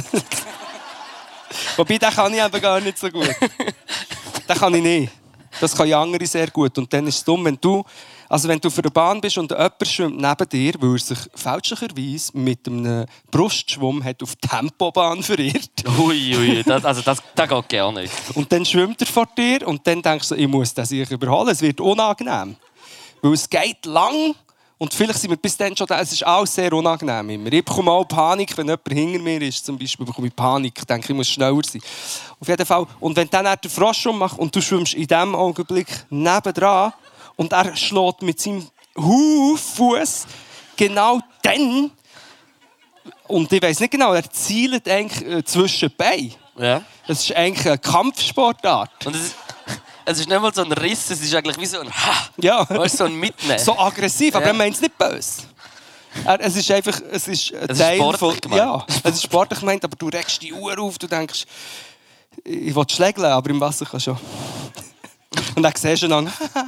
Wobei, den kann ich eben gar nicht so gut. Den kann ich nicht. Das kann andere sehr gut. Und dann ist es dumm, wenn du auf der Bahn bist und jemand schwimmt neben dir, weil er sich fälschlicherweise mit einem Brustschwumm hat auf die Tempobahn verirrt. Ui, das geht gar nicht. Und dann schwimmt er vor dir und dann denkst du, ich muss den sicher überholen. Es wird unangenehm. Weil es geht lang und vielleicht sind wir bis dann schon da. Es ist alles sehr unangenehm immer. Ich bekomme auch Panik, wenn jemand hinter mir ist. Zum Beispiel bekomme ich Panik. Ich denke, ich muss schneller sein. Auf jeden Fall. Und wenn dann der Frosch macht und du schwimmst in diesem Augenblick nebendran und er schlägt mit seinem Fuß genau dann, und ich weiss nicht genau, er zielt eigentlich zwischen die Beine. Ja. Das ist eigentlich eine Kampfsportart. Und es ist nicht mal so ein Riss, es ist eigentlich wie so ein Ha! Ja. Weißt du, so ein Mitnehmen. So aggressiv, aber Ja. er meint es nicht böse. Es ist einfach, es ist ein Es ist Teil sportlich von... gemeint. Ja, es ist sportlich gemeint, aber du regst die Uhr auf, du denkst, ich will schlägeln, aber im Wasser kann schon. Und dann siehst du dann,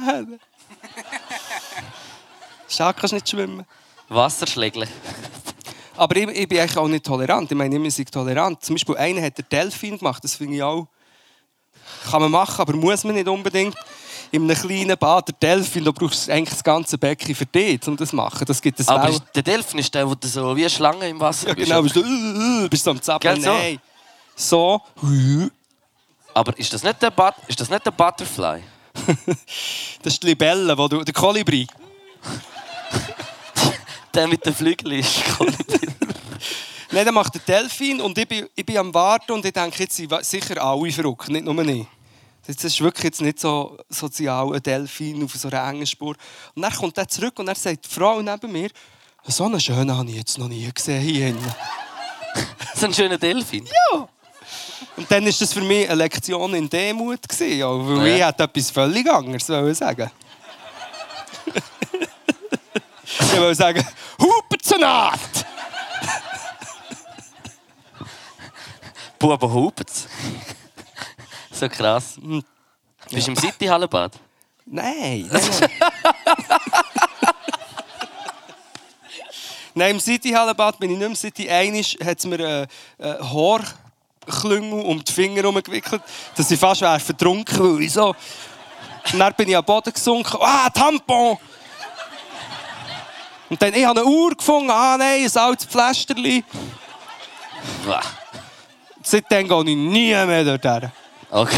schade, kannst nicht schwimmen. Wasserschlägle. Aber ich bin eigentlich auch nicht tolerant. Ich meine, ich bin tolerant. Zum Beispiel einer hat den Delfin gemacht, das finde ich auch... Kann man machen, aber muss man nicht unbedingt. In einem kleinen Bad, der Delfin, da brauchst du eigentlich das ganze Becken für dich, um das zu machen. Das gibt es Aber auch. der Delfin ist der, wo du so wie eine Schlange im Wasser Ja, bist. genau, bist du am Zappeln. Gell, so? Nein. So. Aber ist das nicht der Butterfly? Das ist die Libelle, der Kolibri. Der mit den Flügeln ist Nein, der macht den Delfin und ich bin am Warten und ich denke, jetzt sind sicher alle verrückt, nicht nur ich. Das ist wirklich jetzt nicht so sozial, ein Delfin auf so einer engen Spur. Und dann kommt er zurück und er sagt, die Frau neben mir, so einen schönen habe ich jetzt noch nie gesehen hier hinten. So ein schöner Delfin. Ja. Und dann war das für mich eine Lektion in Demut gewesen, ja, weil Ja. ich hätte etwas völlig anderes sagen. Ich wollte sagen, Hupenzenat! Buben hupet's. So krass. Bist du im City-Hallenbad? Nein. Nein, im City-Hallenbad bin ich nicht im City. Einmal hat es mir einen Haarklüngel um die Finger herumgewickelt, dass ich fast vertrunken wäre. Weil ich so... Und dann bin ich am Boden gesunken. Ah, Tampon! Und dann, ich habe eine Uhr gefunden. Ah nein, ein altes Pflästerchen. Wow. Seitdem gehe ich nie mehr dorthin. Okay.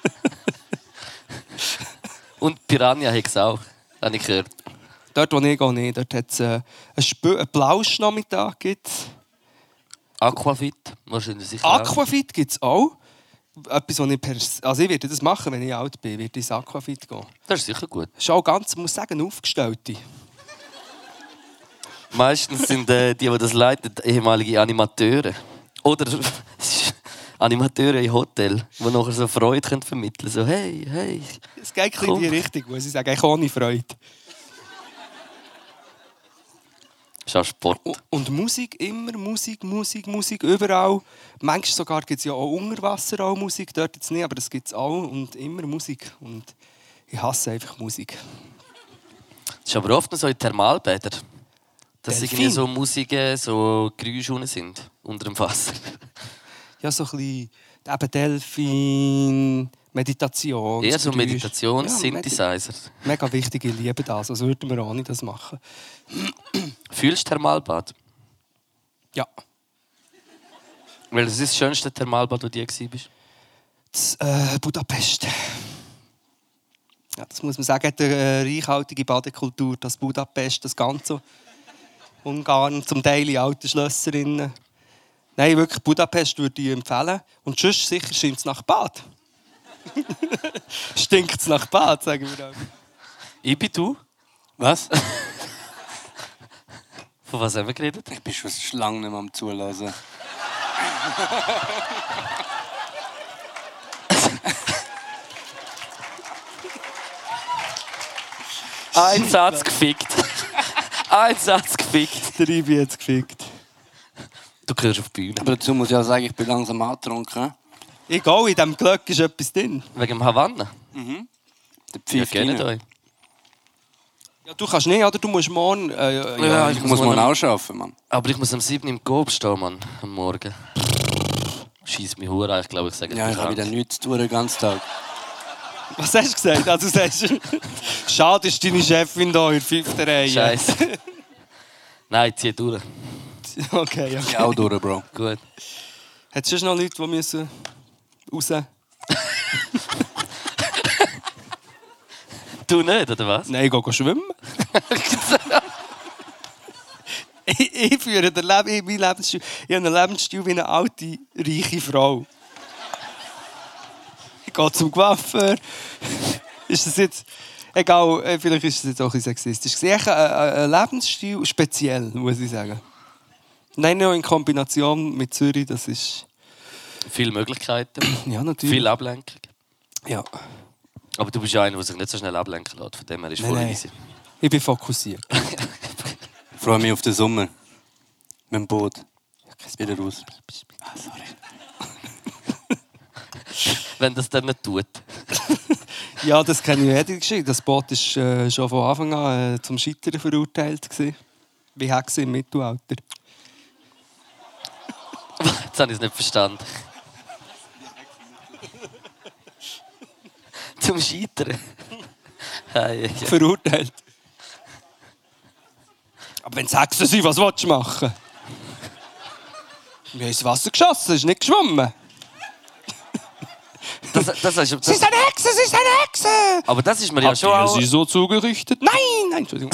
Und Piranha hat es auch, habe ich gehört. Dort, wo ich gehe, nicht. Dort hat es einen Plauschnachmittag. Aquafit, wahrscheinlich sicher auch. Aquafit gibt es auch. Etwas, was ich werde das machen, wenn ich alt bin, werde ich ins Aquafit gehen. Das ist sicher gut. Das ist auch ganz, muss sagen, aufgestellte. Meistens sind die das leiten, ehemalige Animateure. Oder Animateure im Hotel, die nachher so Freude vermitteln können. So, hey. Es geht ein bisschen in die Richtung, muss ich sagen. Eigentlich ohne Freude. Das ist auch Sport. Und Musik, immer Musik, überall. Manchmal sogar gibt es ja auch unter Wasser auch Musik, dort jetzt nicht, aber das gibt es auch. Und immer Musik. Und ich hasse einfach Musik. Das ist aber oft noch so in Thermalbädern. Dass Delfin? irgendwie so Musiken, so Geräusche unten sind, unter dem Wasser. Ja, so ein bisschen eben Delfin, Meditation. Eher so Meditations-Synthesizer. Mega wichtig, ich liebe das. Also würden wir ohne das machen. Fühlst du Thermalbad? Ja. Weil das ist das schönste Thermalbad, wo du je warst. Das, Budapest. Ja, das muss man sagen, hat eine reichhaltige Badekultur. Das Budapest, das Ganze. Ungarn, zum Teil in alten Schlösserinnen. Nein, wirklich, Budapest würde ich empfehlen. Und sonst sicher stinkt es nach Bad. Stinkt es nach Bad, sagen wir auch. Ich bin du. Was? Von was haben wir geredet? Ich bin schon lange nicht mehr am Zulassen. Ein Satz gefickt. Ein Satz gefickt. Der Ibi hat es gefickt. Du gehörst auf die Bühne. Aber dazu muss ich auch sagen, ich bin langsam angetrunken. Egal, in diesem Glöck ist etwas drin. Wegen dem Havanna? Der Ja, pfeift kennt rein. euch. Ja, du kannst nicht, oder? Du musst morgen... Ja, Ich muss mal auch arbeiten, Mann. Aber ich muss am 7. im Coop stehen, Mann. Am Morgen. Scheiss mich hure, ich glaube, ich sage Ja, ich habe wieder nichts zu tun den ganzen Tag. Was hast du gesagt? Also, du sagst, schade ist deine Chefin da in der 5. Reihe. Scheiße. Nein, zieh durch. Okay, Ich okay. auch durch, Bro. Gut. Hat es sonst noch Leute, die müssen raus? Du nicht, oder was? Nein, ich gehe schwimmen. Ich führe meinen Lebensstil. Ich habe einen Lebensstil wie eine alte, reiche Frau. Ich gehe zum Coiffeur. Ist das jetzt... Egal, vielleicht ist das jetzt auch ein bisschen sexistisch. Ich sehe einen Lebensstil speziell, muss ich sagen. Nein, noch in Kombination mit Zürich, das ist... Viele Möglichkeiten. Ja, natürlich. Viel Ablenkung. Ja. Aber du bist ja einer, der sich nicht so schnell ablenken lässt. Von dem her ist voll Nein. easy. Ich bin fokussiert. Ich freue mich auf den Sommer. Mit dem Boot. Wieder raus. Wenn das dann nicht tut. Ja, das kenne ich jede Geschichte. Das Boot war schon von Anfang an zum Scheitern verurteilt. Wie Hexen im Mittelalter. Jetzt habe ich es nicht verstanden. Zum Scheitern. Hey, ja. Verurteilt. Aber wenn es Hexen sind, was willst du machen? Wir haben ins Wasser geschossen, ist nicht geschwommen. Das Sie ist eine Hexe, sie ist eine Hexe! aber das ist mir ja schon Habt ihr auch, sie so zugerichtet? Nein, Entschuldigung.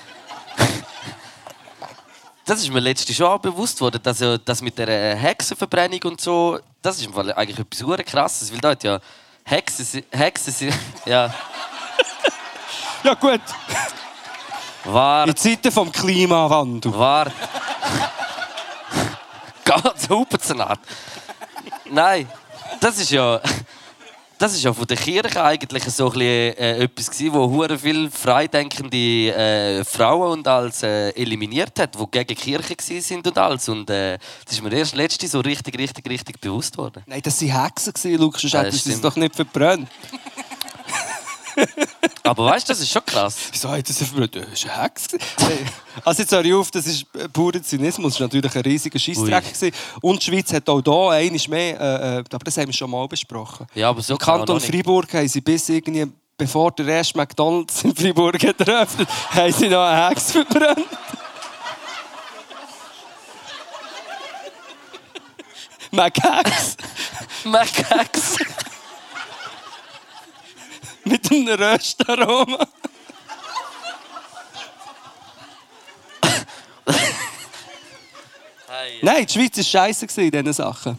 das ist mir letztens schon auch bewusst worden, dass ja das mit der Hexenverbrennung und so, das ist im Fall eigentlich etwas hure Krasses, weil da hat ja Hexen ja, Ja gut, war in Zeiten vom Klimawandel. Wart. Ganz Hupenzenat. Nein, das ist ja von der Kirche eigentlich so ein bisschen, etwas gewesen, wo hure viel freidenkende Frauen und alles eliminiert hat, die gegen die Kirche gewesen sind und alles. Und das ist mir erst letztens so richtig bewusst worden. Nein, das waren Hexen, Lukas, sonst Ja, hätten das sie es stimmt. doch nicht verbrannt. Aber weißt du, das ist schon krass. Wieso hat das verbrannt? Das ist eine Hexe. Also jetzt höre ich auf, das ist purer Zynismus. Das war natürlich ein riesiger Scheissdreck. Und die Schweiz hat auch hier einmal mehr, aber das haben wir schon mal besprochen. Ja, aber so Im Kanton Freiburg haben sie bis irgendwie, bevor der erste McDonalds in Freiburg hat eröffnet, haben sie noch eine Hexe verbrannt. McHex. Macax. Mit einem Röstaroma. Nein, die Schweiz war scheisse in diesen Sachen.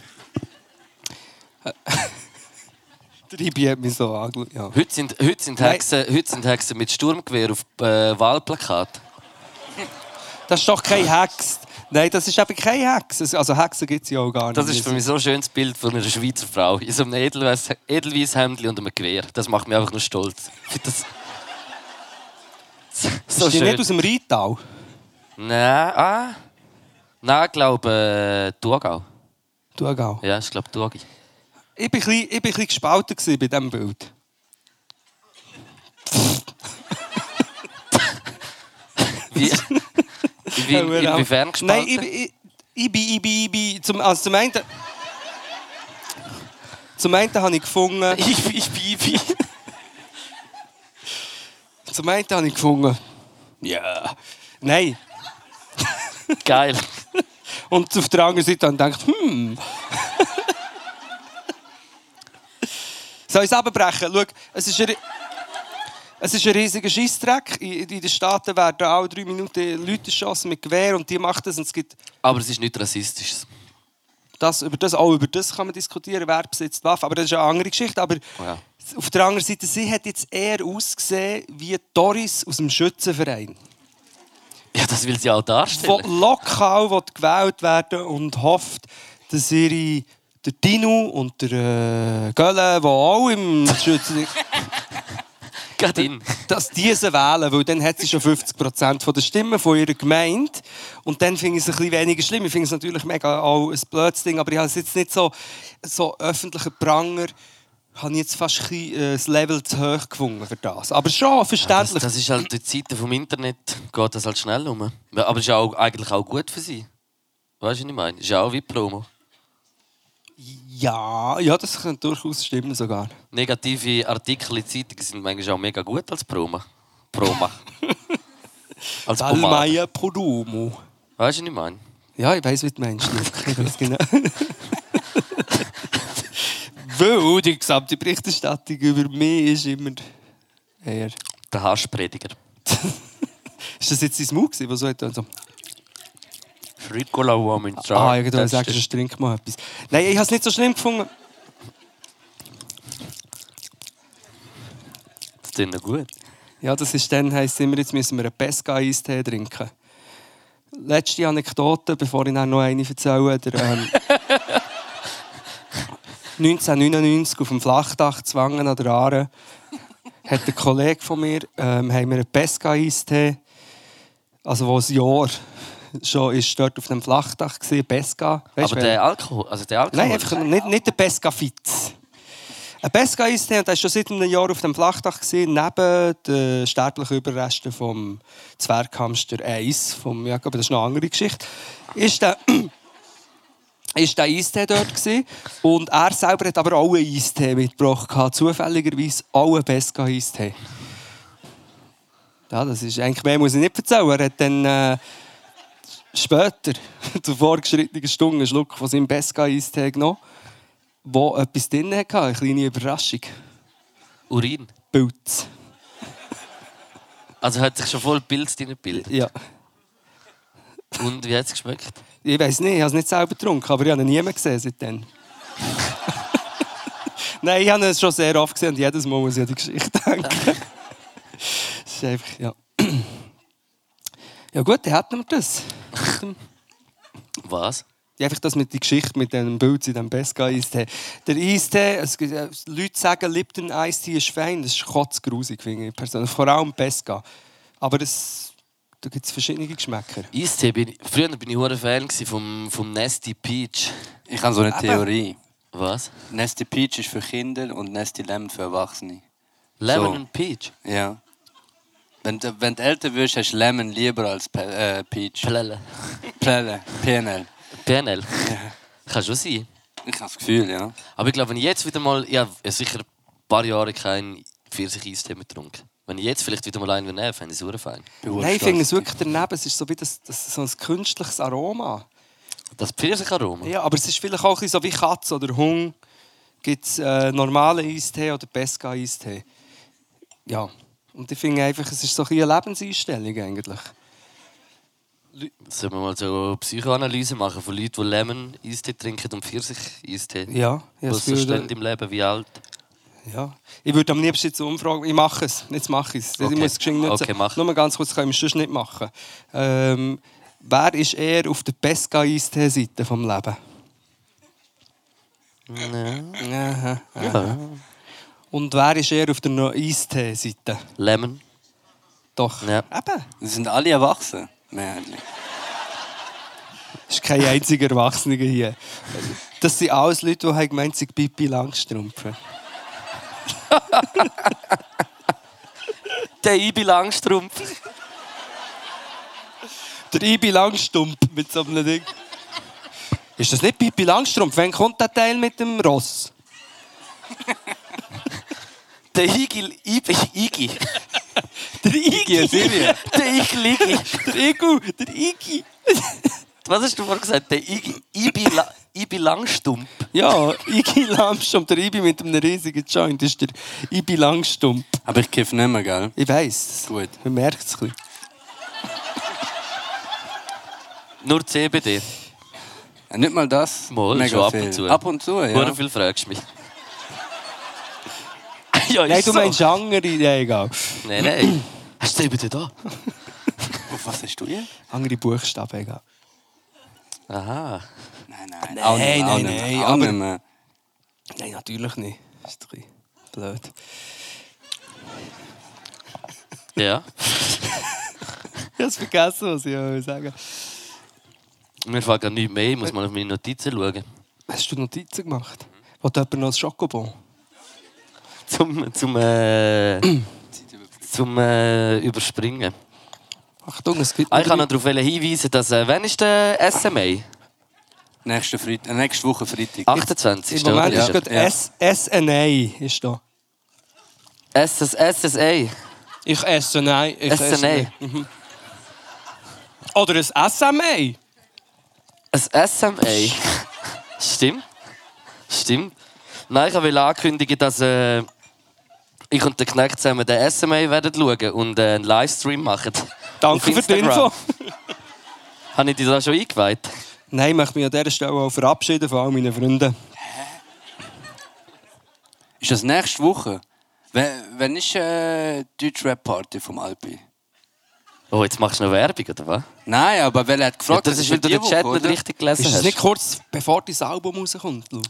Der Ibi hat mich so angeschaut. Ja. Heute sind Hexen mit Sturmgewehr auf Wahlplakat. Das ist doch kein Hex. Nein, das ist eben kein Hex. Also Hexen gibt es ja auch gar nicht. Das ist für mich so ein schönes Bild von einer Schweizer Frau. In so einem Edelweisshemdli und einem Gewehr. Das macht mich einfach nur stolz. Ich finde das so Ist die schön. nicht aus dem Rheintal? Nein, ich glaube Thurgau. Thurgau. Ja, ich glaube Thurgau. Ich war ein bisschen gespalten bei diesem Bild. Inwiefern gespalten? Nein, ich bin zum einen habe ich gefunden... Ich bin. Zum einen habe ich gefunden... Ja... Nein. Geil. Und auf der anderen Seite habe ich gedacht, Soll ich es abbrechen? Schau, es ist ein riesiger Scheissdreck. In den Staaten werden alle 3 Minuten Leute geschossen mit Gewehr und die machen das. Und es gibt Aber es ist nicht rassistisch. über das kann man diskutieren, wer besitzt Waffen. Aber das ist eine andere Geschichte. Aber Ja. auf der anderen Seite, sie hat jetzt eher ausgesehen wie Doris aus dem Schützenverein. Ja, das will sie auch darstellen. Die lokal gewählt werden und hofft, dass der Dino und der Gölle, die auch im Schützen... Geht in. dass diese wählen, weil dann hat sie schon 50% der Stimmen von ihrer Gemeinde. Und dann finde ich es ein bisschen weniger schlimm. Ich finde es natürlich mega auch ein blödes Ding, aber ich habe es jetzt nicht so öffentlichen Pranger, habe ich jetzt fast ein bisschen das Level zu hoch gefunden für das. Aber schon verständlich. Das ist halt die Zeiten vom Internet, geht das halt schnell um. Aber es ist auch, eigentlich auch gut für sie. Weißt du, was ich meine? Ist ja auch wie Promo. Ja, das kann durchaus stimmen sogar. Negative Artikel in Zeitungen sind manchmal auch mega gut als Promo. Als Pomade. Dalmaia Podomo. Weißt du, was ich meine? Ja, ich weiss, wie du meinst. Ich weiss genau. Weil die gesamte Berichterstattung über mich ist immer eher... Der Haschprediger. Ist das jetzt dein Mund, was so hat? Also... Ricola Woman. Du sagst, ich trink mal etwas. Nein, ich habe es nicht so schlimm gefunden. Das klingt noch gut. Ja, das ist dann, heisst immer, jetzt müssen wir einen Pesca-Eistee trinken. Letzte Anekdote, bevor ich dann noch eine erzähle. 1999 auf dem Flachdach Zwangen an der Aare hat ein Kollege von mir haben wir einen Pesca-Eistee, also wo ein Jahr schon ist dort auf dem Flachdach gesehen, Pesca. Weißt, Aber der Alkohol? Nein, einfach nicht der Pesca Fitz. Ein Pesca-Eistee, und der ist schon seit einem Jahr auf dem Flachdach gesehen, neben den sterblichen Überresten vom Zwerghamster 1, vom Jakob, das ist noch eine andere Geschichte, ist der Eistee dort gewesen. Und er selber hat aber auch einen Eistee mitgebracht, zufälligerweise auch einen Pesca-Eistee. Ja, das ist eigentlich mehr muss ich nicht erzählen. Er hat dann später, zur vorgeschrittenen Stunde, einen Schluck von seinem Pesca-Eistee genommen, wo etwas drin hatte, eine kleine Überraschung. Urin? Pilz. Also hat sich schon voll Pilz drin gebildet? Ja. Und wie hat es geschmeckt? Ich weiss nicht, ich habe es nicht selber getrunken, aber ich habe ihn nie mehr gesehen seitdem. Nein, ich habe es schon sehr oft gesehen und jedes Mal muss ich an die Geschichte denken. Das ist einfach, ja. Ja gut, dann hätten wir das. Was? Ja, einfach das mit der Geschichte mit dem Bild in diesem Pesca-Eistee. Der Eistee, Leute sagen, Lipton Eistee ist fein, das ist kotzgrusig, finde ich persönlich. Vor allem Pesca. Aber da gibt es verschiedene Geschmäcker. Eistee, früher war ich ein Fan vom Nasty Peach. Ich habe so eine Theorie. Was? Nasty Peach ist für Kinder und Nasty Lemon für Erwachsene. Lemon So. und Peach? Ja. Wenn du älter wirst, hast du Lemon lieber als Peach. Plelle. Plelle. PNL. PNL? Kann schon sein. Ich habe das Gefühl, ja. Aber ich glaube, wenn ich jetzt wieder mal... Ich habe sicher ein paar Jahre keinen Pfirsich-Eistee mehr getrunken. Wenn ich jetzt vielleicht wieder mal einen nehme, fände ich es super fein. Nein, ich finde es wirklich daneben. Es ist so wie das so ein künstliches Aroma. Das Pfirsich-Aroma? Ja, aber es ist vielleicht auch ein bisschen so wie Katze oder Hund. Gibt es normalen Eistee oder Pesca-Eistee. Ja. Und ich finde einfach, es ist so ein bisschen eine Lebenseinstellung eigentlich. Sollen wir mal so eine Psychoanalyse machen von Leuten, die Lemon-Eistee trinken und Pfirsich-Eistee? Ja. Was so stehen im Leben, wie alt? Ja. Ich würde am liebsten jetzt umfragen. Ich mache es. Jetzt mache ich es. Okay. Ich muss es geschwind nicht Okay, mach. Nur mal ganz kurz, können wir es sonst nicht machen. Wer ist eher auf der Pesca-Eistee-Seite vom Leben? Ja. Aha. Ja. Und wer ist eher auf der Eistee-Seite? Lemon? Doch. Ja. Eben. Sie sind alle erwachsen. Mehrheitlich. Es ist kein einziger Erwachsener hier. Das sind alles Leute, die gemeint haben, sie sind Pippi Langstrumpf. Der Ibi Langstrumpf. Der Ibi Langstumpf mit so einem Ding. Ist das nicht Pippi Langstrumpf? Wann kommt der Teil mit dem Ross? Der Igel, Igi. Der Igi. Der Igel, Igi. Der Igu. Der Igi. Was hast du vorhin gesagt? Der Ibi Langstumpf. Ja, Igi Langstumpf. Der Ibi mit einem riesigen Joint ist der Ibi Langstumpf. Aber ich kiffe nicht mehr, gell? Ich weiss. Gut. Man merkt es ein bisschen. Nur CBD. Ja, nicht mal das. Mal, schon ab und zu. Ab und zu, ja. Hure viel fragst du mich. Ja, ist Nein, du so. meinst andere, ja, egal. Nein. Hast du CBD da? Auf was hast du hier? Andere Buchstaben, egal. Aha. Nein. Nein, Auch nicht mehr. Nein, natürlich nicht. Das ist ein bisschen blöd. Ja. Ich habe vergessen, was ich sagen. Mir fällt gar nichts mehr. Ich muss mal auf meine Notizen schauen. Hast du Notizen gemacht? Wollt jemand noch ein Schokobon? Zum Überspringen. Achtung, es gibt Ich kann noch darauf hinweisen, dass... wann ist der SMA? Nächste Woche Freitag. 28. Im Moment oder? ist gerade SNA ist da. SSA. Ich esse nein. SNA. Oder ein SMA. Ein SMA. Stimmt. Nein, ich wollte ankündigen, dass ich und der Knecht zusammen den SMA werden schauen und einen Livestream machen. Danke für die Info. Habe ich dich da schon eingeweiht? Nein, ich möchte mich an dieser Stelle auch verabschieden von all meinen Freunden. Ist das nächste Woche? Wann ist die Deutsch-Rap-Party vom Alpi? Oh, jetzt machst du noch Werbung, oder was? Nein, aber wer hat Ja, gefragt? das ist, weil du den Chat nicht richtig gelesen Ist es hast. nicht kurz bevor dein Album rauskommt, Luke?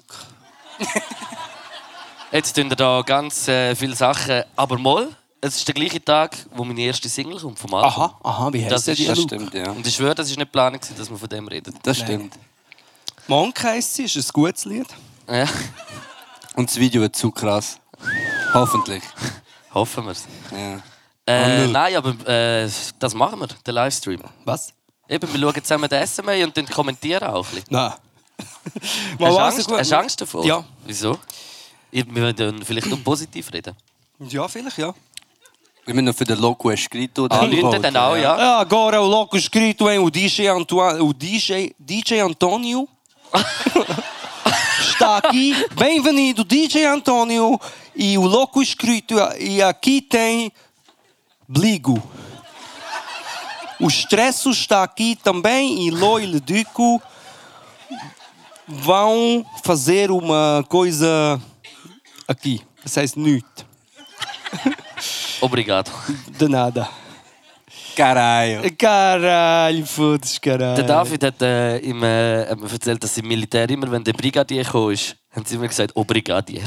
Jetzt tun wir da ganz viele Sachen. Aber mal, es ist der gleiche Tag, wo meine erste Single kommt vom Album. Aha, wie Das heisst der ist- die, Das Luke? stimmt, ja. Und ich schwöre, das war nicht geplant, dass wir von dem reden. Das stimmt. Monk heisst sie, ist ein gutes Lied. Ja, Und das Video wird zu krass. Hoffentlich. hoffen wir es. Ja. Nein, aber das machen wir, den Livestream. Was? Eben, wir schauen zusammen den SMA und dann kommentieren auch ein bisschen. Nein. Hast du Angst davor? Ja. Wieso? Wir würden vielleicht nur positiv reden. Ja, vielleicht, ja. Wir müssen noch für den Loco Escrito Leute dann auch, ja. Ja, agora o Loco Escrito e o DJ Antonio está aqui. Bem-vindo, DJ Antonio. E o Loco Escrito. E aqui tem Bligo. O Stresso está aqui também. E Loi e Leduco vão fazer uma coisa aqui. Das heisst nichts. Obrigado. De nada. Caralho. Caralho, foda-se, caralho. Der David hat mir erzählt, dass im Militär immer, wenn der Brigadier kam, haben sie immer gesagt, «Oh, Brigadier».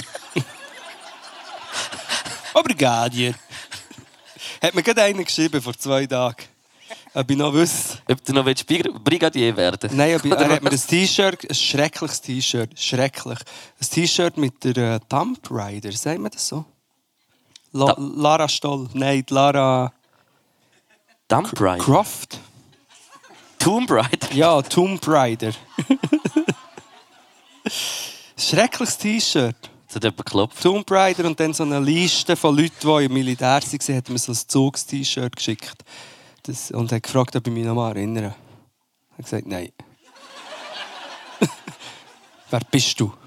Obrigado. Hat mir gerade einer geschrieben vor 2 Tagen. Ob ich noch wüsste. Ob du noch Brigadier werden Nein, Oder er hat mir was? ein T-Shirt, ein schreckliches T-Shirt, schrecklich. Ein T-Shirt mit der Tomb Raider, sagt man das so? Lara Stoll, nein, Lara Dump Raider. Croft. Tomb Raider. Ja, Tomb Raider. Schreckliches T-Shirt. Das hat jemand geklopft. Tomb Raider und dann so eine Liste von Leuten, die im Militär waren, hat mir so ein Zugs-T-Shirt geschickt. Und hat gefragt, ob ich mich noch mal erinnere. Ich habe gesagt, nein. Wer bist du?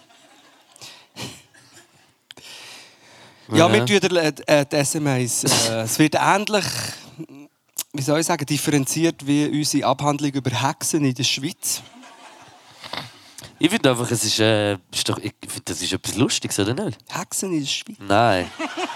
Ja, wir tun die SMS. Es wird ähnlich, wie soll ich sagen, differenziert wie unsere Abhandlung über Hexen in der Schweiz. Ich finde einfach, es ist doch, ich finde, das ist etwas Lustiges, oder nicht? Hexen in der Schweiz? Nein.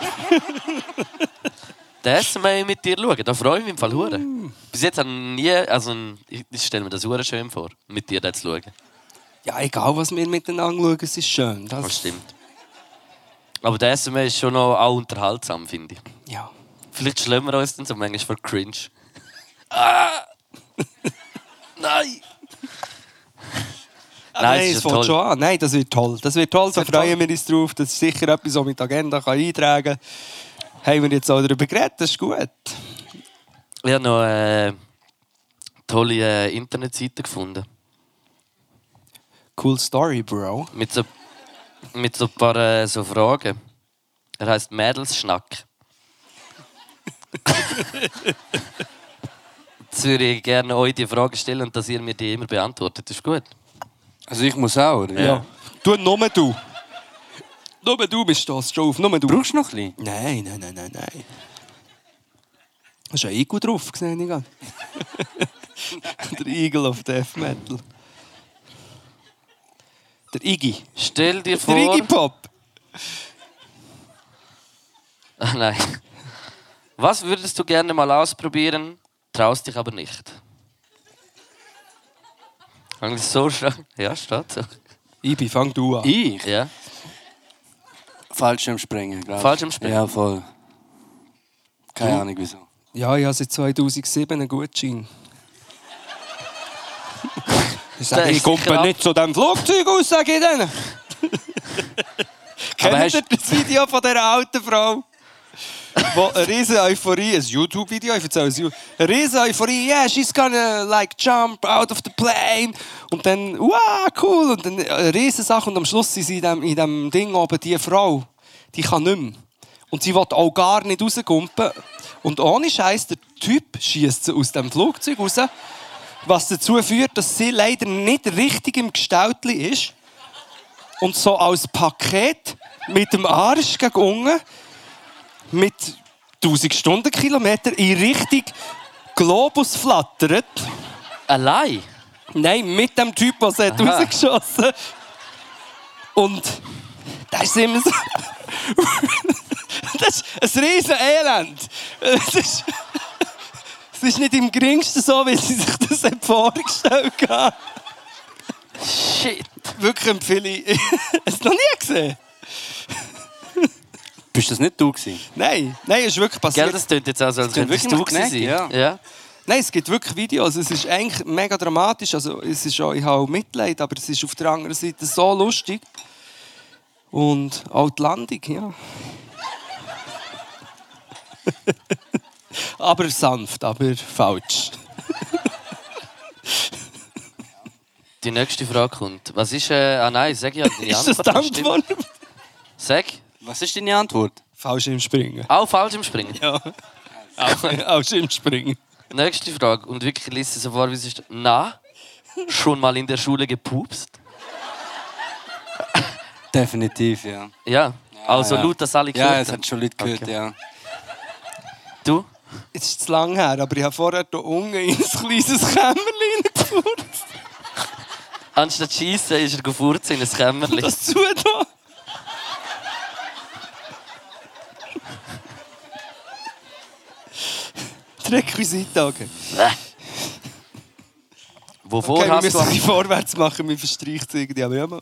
Den SMA mit dir schauen, da freue ich mich im Fall hure. Bis jetzt habe ich nie, also ich stelle mir das hure schön vor, mit dir da zu schauen. Ja, egal was wir miteinander schauen, es ist schön. Das stimmt. Aber der SMA ist schon noch auch unterhaltsam, finde ich. Ja. Vielleicht schlimmen wir uns dann so manchmal vor Cringe. Ah! Nein! Nein, es es ist fängt toll. schon an. Nein, das wird toll. Das wird toll, da wird freuen wir uns drauf. Das ist sicher etwas, was mit der Agenda eintragen kann. Haben wir jetzt auch darüber geredet, das ist gut. Ich habe noch tolle Internetseite gefunden. Cool Story, Bro. Mit so ein paar so Fragen. Er heisst Mädelsschnack. Jetzt würde ich gerne euch die Fragen stellen und dass ihr mir die immer beantwortet. Das ist gut. Also ich muss auch, oder? Ja. Du, nur du. Nur du bist das schon auf. Nur du. Brauchst du noch ein bisschen? Nein. Da ist ein Igel drauf, gesehen ich gerade. Der Igel auf Death Metal. Der Iggy. Stell dir vor... Der Iggy Pop. Ach nein. Was würdest du gerne mal ausprobieren, traust dich aber nicht? Eigentlich so schon. Ja, steht so. Ibi, fang du an. Ich? Ja. Fallschirmspringen, glaube ich. Fallschirmspringen? Ja, voll. Keine Ahnung wieso. Ja, ich habe seit 2007 einen Gutschein. Ich sage, Das ich ist komme sicher nicht zu diesem Flugzeug aus, sage ich denen. Kennt hast- ihr das Video von dieser alten Frau? Wo eine riesen Euphorie, ein YouTube-Video, ich erzähle es, eine riesen Euphorie, yeah, she's gonna like jump out of the plane. Und dann, wow, cool, und dann eine riesen Sache und am Schluss sind sie in dem Ding oben, die Frau, die kann nicht mehr. Und sie will auch gar nicht rausgumpen. Und ohne Scheiß, der Typ schießt sie aus dem Flugzeug raus, was dazu führt, dass sie leider nicht richtig im Gestaltli ist und so als Paket mit dem Arsch gegen unten mit 1000 Stundenkilometer in Richtung Globus flattert. Allein? Nein, mit dem Typ, der sie hat rausgeschossen hat. Und das ist immer so... Das ist ein riesen Elend. Es ist nicht im geringsten so, wie sie sich das vorgestellt haben. Shit. Wirklich empfehle ich. Hast du noch nie gesehen? Bist das nicht du gewesen? Nein, es ist wirklich passiert. Gell, das klingt jetzt auch so, als klingt könntest wirklich du nach gewesen Knecht, sein. Ja. Nein, es gibt wirklich Videos. Es ist eigentlich mega dramatisch. Also, es ist auch, ich habe auch Mitleid, aber es ist auf der anderen Seite so lustig. Und auch die Landung, ja. Aber sanft, aber falsch. Die nächste Frage kommt. Was ist... nein, sag ja deine Ist das die Antwort. Antwort? Sag. Was ist deine Antwort? Falsch im Springen. Auch falsch im Springen. Ja. Auch im Springen. Nächste Frage. Und wirklich liest es so vor, wie es ist. Na, schon mal in der Schule gepupst? Definitiv, ja. Ja. Also ja. laut, dass alle Ja, gehört es haben. hat schon Leute gehört, Okay. ja. Du? Es ist zu lang her, aber ich habe vorher hier unten in ein kleines Kämmerlein gefurzt. Anstatt schiessen ist er gefurzt in ein Kämmerchen. Das zu da. Die Requisite, okay. Wovor Okay, wir hast müssen du... ein bisschen vorwärts machen, mir verstreicht es irgendwie. Aber ja, mal.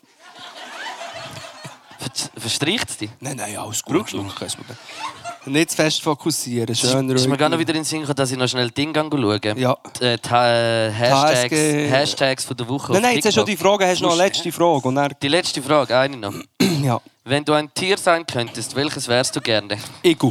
Verstreicht es dich? Nein, alles gut. Brauchst du noch? Nicht zu fest fokussieren, schön Ist mir ruhig. gar noch wieder in den Sinn gekommen, dass ich noch schnell Ding schaue. Ja. Die Hashtags von der Woche. Nein, auf jetzt hast du schon TikTok. die Frage, hast du noch eine letzte Frage? Und dann, Die letzte Frage, eine noch. ja. Wenn du ein Tier sein könntest, welches wärst du gerne? Ego.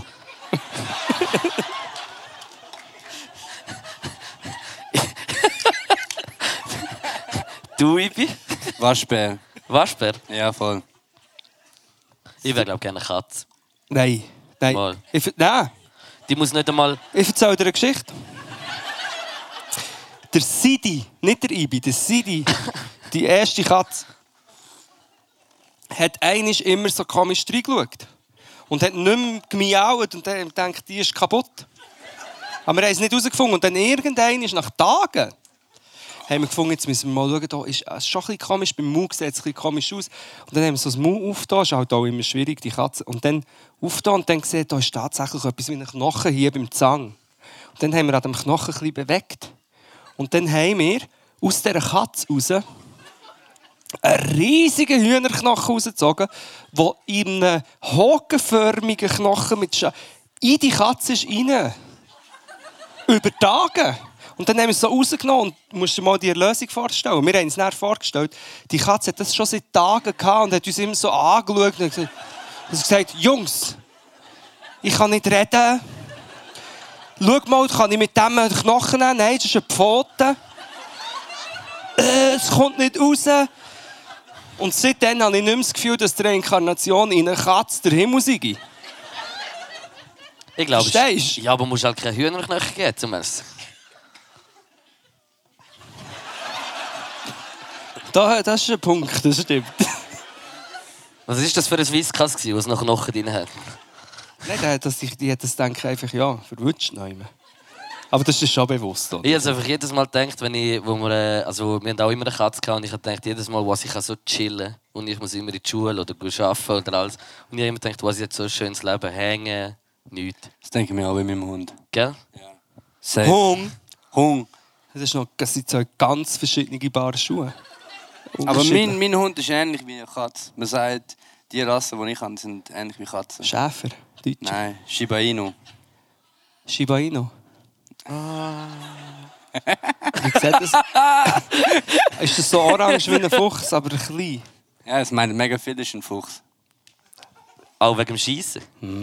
Du, Ibi? Waschbär. Waschbär? Ja, voll. Ich wäre, glaube ich, gerne eine Katze. Nein. Mal. Nein. Die muss nicht einmal... Ich erzähle dir eine Geschichte. Der Sidi, nicht der Ibi, der Sidi, die erste Katze, hat einmal immer so komisch reingeschaut. Und hat nicht mehr gemiaut und dann gedacht, die ist kaputt. Aber wir haben es nicht herausgefunden. Und dann irgendwann, nach Tagen, haben wir gefunden, jetzt müssen wir mal schauen, da ist es schon ein bisschen komisch, beim Mau sieht es ein bisschen komisch aus. Und dann haben wir so das Mau aufgetan, ist halt auch immer schwierig, die Katze. Und dann aufgetan und dann gesehen, da ist tatsächlich etwas wie ein Knochen hier beim Zang. Und dann haben wir an dem Knochen ein bisschen bewegt. Und dann haben wir aus dieser Katze raus einen riesigen Hühnerknochen rausgezogen, der in einem hakenförmigen Knochen mit in die Katze ist rein. Über Tage. Und dann haben wir es so rausgenommen und du musst dir mal die Erlösung vorstellen. Wir haben uns dann vorgestellt, die Katze hat das schon seit Tagen gehabt und hat uns immer so angeschaut und gesagt, Jungs, ich kann nicht reden. Schau mal, kann ich mit dem einen Knochen nehmen? Nein, das ist eine Pfote. es kommt nicht raus. Und seitdem habe ich nicht mehr das Gefühl, dass die Reinkarnation in einer Katze der Himmel sei. Ich glaube, Verstehst du? ja, aber du musst halt keine Hühnerknochen geben zum Essen. Das ist ein Punkt, das stimmt. Was war das für ein Whiskas, was noch Knochen drin hat? Nein, die hat das denke ich einfach, ja, verwünscht nehmen. Aber das ist schon bewusst, oder? Ich habe einfach jedes Mal gedacht, wir haben auch immer eine Katze gehabt, und ich habe gedacht, jedes Mal, was ich so chillen kann und ich muss immer in die Schule oder arbeiten oder alles. Und ich habe immer gedacht, was ich jetzt so ein schönes Leben hängen, nichts. Das denke ich mir auch bei meinem Hund. Gell? Safe. Hung. Das sind zwei ganz verschiedene Paar Schuhe. Aber mein Hund ist ähnlich wie eine Katze. Man sagt, die Rassen, die ich habe, sind ähnlich wie Katzen. Schäfer, Deutsche. Nein, Shiba Inu. Shiba Inu. Wie sieht das? Ist das so orange wie ein Fuchs, aber klein? Ja, es meint mega viel ist ein Fuchs. Auch wegen dem Schiessen.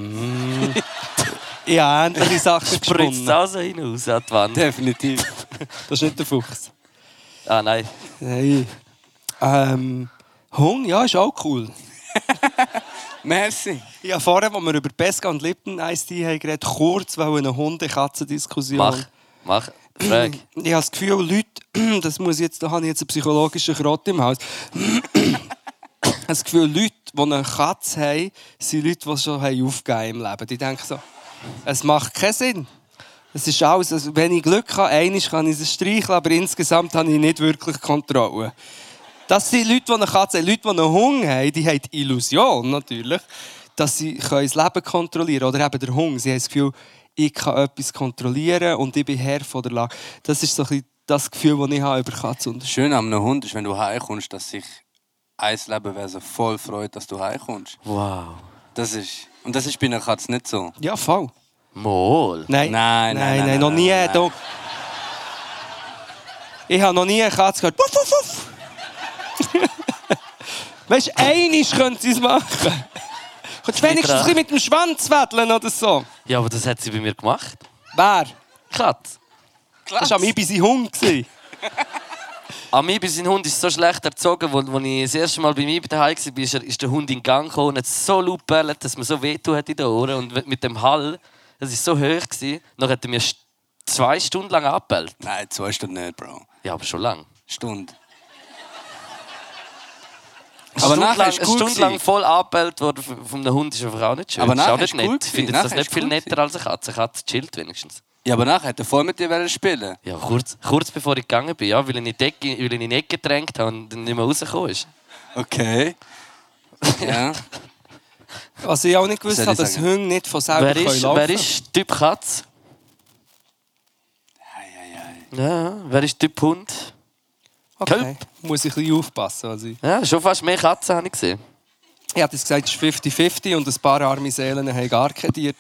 Ja, ähnliche Sachen Spritzt gesponnen. also hinaus an die Wand. Definitiv. Das ist nicht der Fuchs. Ah, nein. Nein. Hung, ja, ist auch cool. Merci. Ja, vorher, als wir über Pesca und Lipton Eistee haben geredet, kurz eine Hunde-Katzen-Diskussion. Mach. Frage. Ich habe das Gefühl, Leute, da habe ich jetzt einen psychologischen Krott im Haus. Das Gefühl, Leute, die eine Katze haben, sind Leute, die schon aufgegeben im Leben. Die denken so, es macht keinen Sinn. Es ist alles, also wenn ich Glück habe, einmal kann ich es streicheln, aber insgesamt habe ich nicht wirklich Kontrolle. Das sind Leute, die eine Katze haben. Leute, die einen Hund haben, die haben die Illusion natürlich, dass sie das Leben kontrollieren können. Oder eben der Hund. Sie haben das Gefühl, ich kann etwas kontrollieren und ich bin Herr von der Lage. Das ist so ein bisschen das Gefühl, das ich habe über Katzen. Das Schöne an einem Hund ist, wenn du heimkommst, dass sich ein Lebewesen voll freut, dass du heimkommst. Wow. Das ist bei einer Katze nicht so. Ja, voll. Mol. Nein, noch nie. Nein. Ich habe noch nie eine Katze gehört. Wuff, wuff, wuff. Weißt du, einmal könnte sie es machen. Kannst du wenigstens ein bisschen mit dem Schwanz wedeln oder so? Ja, aber das hat sie bei mir gemacht. Wer? Katz. Das war am Ibi sein Hund. Am Ibi, sein Hund ist so schlecht erzogen, als ich das erste Mal bei mir daheim war, ist der Hund in Gang gekommen und hat so laut gebellt, dass man so wehtun hat in den Ohren. Und mit dem Hall, das war so hoch, dann hat er mir 2 Stunden lang angebellt. Nein, 2 Stunden nicht, Bro. Ja, aber schon lang. Stunde. Aber nachher eine ist cool Stunde lang gewesen. voll angebellt worden von einem Hund ist einfach auch nicht schön. Aber Das ist auch nachher nicht ist cool nett. Ich finde gewesen. das Nachher nicht ist viel cool netter als eine Katze. Eine Katze chillt wenigstens. Ja, aber nachher hat er voll mit dir spielen. Ja, kurz bevor ich gegangen bin, ja, weil ich in die Ecke gedrängt habe und dann nicht mehr rausgekommen ist. Okay. Ja. Also ich auch nicht gewusst Soll habe, ich dass sagen? Hunde nicht von selber Wer laufen können. ist Typ Katz? Ja, wer ist Typ Hund? Okay. Muss ich ein bisschen aufpassen. Also Ja, schon fast mehr Katzen habe ich gesehen. ich habe das gesagt, es ist 50-50 und ein paar arme Seelen haben gar kein Tier.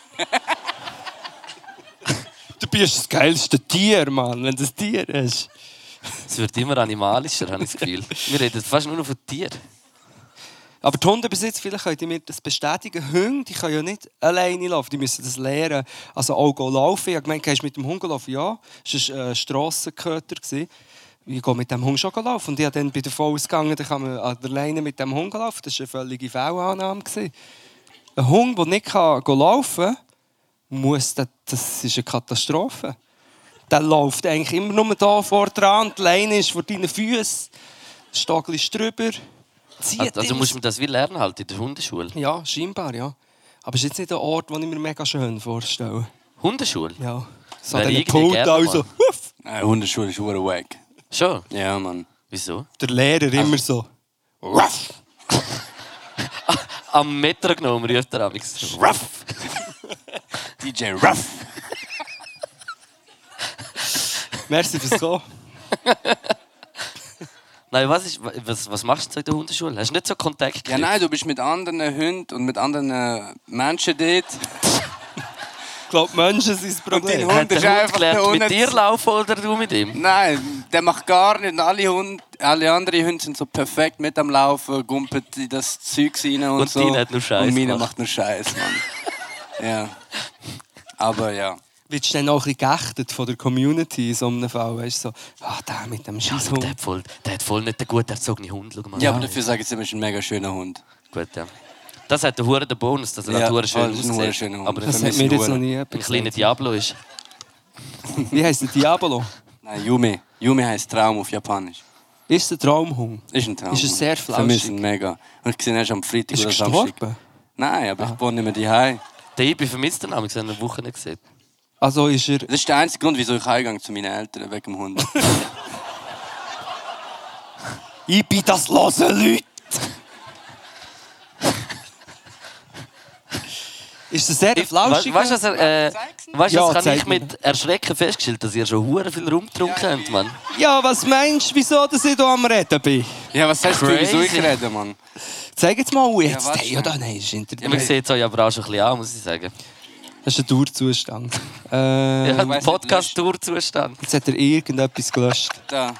Du bist das geilste Tier, Mann, wenn du ein Tier hast. Es wird immer animalischer, habe ich das Gefühl. Wir reden fast nur noch von Tieren. Aber die Hundebesitzer, vielleicht könnt ihr mir das bestätigen, Hunde die können ja nicht alleine laufen, die müssen das lernen. Also auch laufen. Ich habe gemeint, gehst du mit dem Hund laufen? Ja, das war ein Strassenköter. Ich gehe mit dem Hund schon laufen. Und ich bin dann davon ausgegangen, da kann man an der Leine mit dem Hund laufen. Das war eine völlige Fehlannahme. Ein Hund, der nicht laufen kann, das ist eine Katastrophe. Der läuft eigentlich immer nur hier vor dran, die Leine ist vor deinen Füßen, das Stogel ist drüber. Also musst du mir das wie lernen halt in der Hundeschule. Ja, scheinbar, ja. Aber es ist jetzt nicht ein Ort, den ich mir mega schön vorstelle. Hundeschule? Ja. So Wäre den irgendwie Pult, gerne also, mal. huff. Nein, Hundeschule ist verdammt wack. Schon? Ja, Mann. Wieso? Der Lehrer immer so. Ruff. Am Metronom ruft er amigs. Ruff! DJ Ruff. Merci fürs Kommen. Nein, was machst du so in der Hundeschule? Hast du nicht so Kontakt? Ja, nein, du bist mit anderen Hunden und mit anderen Menschen dort. Ich glaube, Menschen sind das Problem. dein Hund Hat der ist Hund einfach gelernt, da mit unten dir zu- laufen oder du mit ihm? Nein, der macht gar nicht. Und alle anderen Hunde sind so perfekt mit am Laufen, gumpeln in das Zeug rein und so. deiner hat nur Scheiß Und meiner gemacht. macht nur Scheiß, Mann. Ja. Aber ja. Wirst du dann auch ein bisschen geächtet von der Community in so einem Fall? Weißt du, so, der mit dem Ja, Scheisshund. der hat voll nicht einen gut erzogenen Hund. Schau mal. Ja, aber dafür sagen sie, er ist ein mega schöner Hund. Gut, ja. Das hat den Bonus, dass er Ja, halt schön das ist ein aussieht. schöner Hund. Aber Das ein hat mir jetzt noch nie kleiner jemand Diablo ist. Wie heisst der Diabolo? Nein, Yume. Yume heisst Traum auf Japanisch. Ist der Traumhund? Ist ein Traum. Ist er sehr Für mich ist flauschig? er mega. Und ich sehe ihn erst am Freitag Ist er oder Samstag. gestorben? Nein, aber ich wohne nicht mehr daheim. Der Ibi vermisst den Namen, ich habe ihn eine Woche nicht gesehen. Also ist er... Das ist der einzige Grund, wieso ich heimgehe zu meinen Eltern wegen dem Hund. Ich bin das lose Leute! Ist er sehr flauschig? Weißt du, was Ja, habe zeig ich mir. mit Erschrecken festgestellt, dass ihr schon hure viel rumgetrunken habt, Mann. Ja, was meinst du, wieso dass ich hier am Reden bin? Ja, was hast du, wieso ich Crazy. rede, Mann? Zeig jetzt mal jetzt. warte Hey, oder nein, ist Ja, Internet. man sieht es euch aber auch schon ein bisschen an, muss ich sagen. Das ist ein Dauerzustand. Ja, ein weiss nicht, Podcast-Tour-Zustand. Jetzt hat er irgendetwas gelöscht. Da.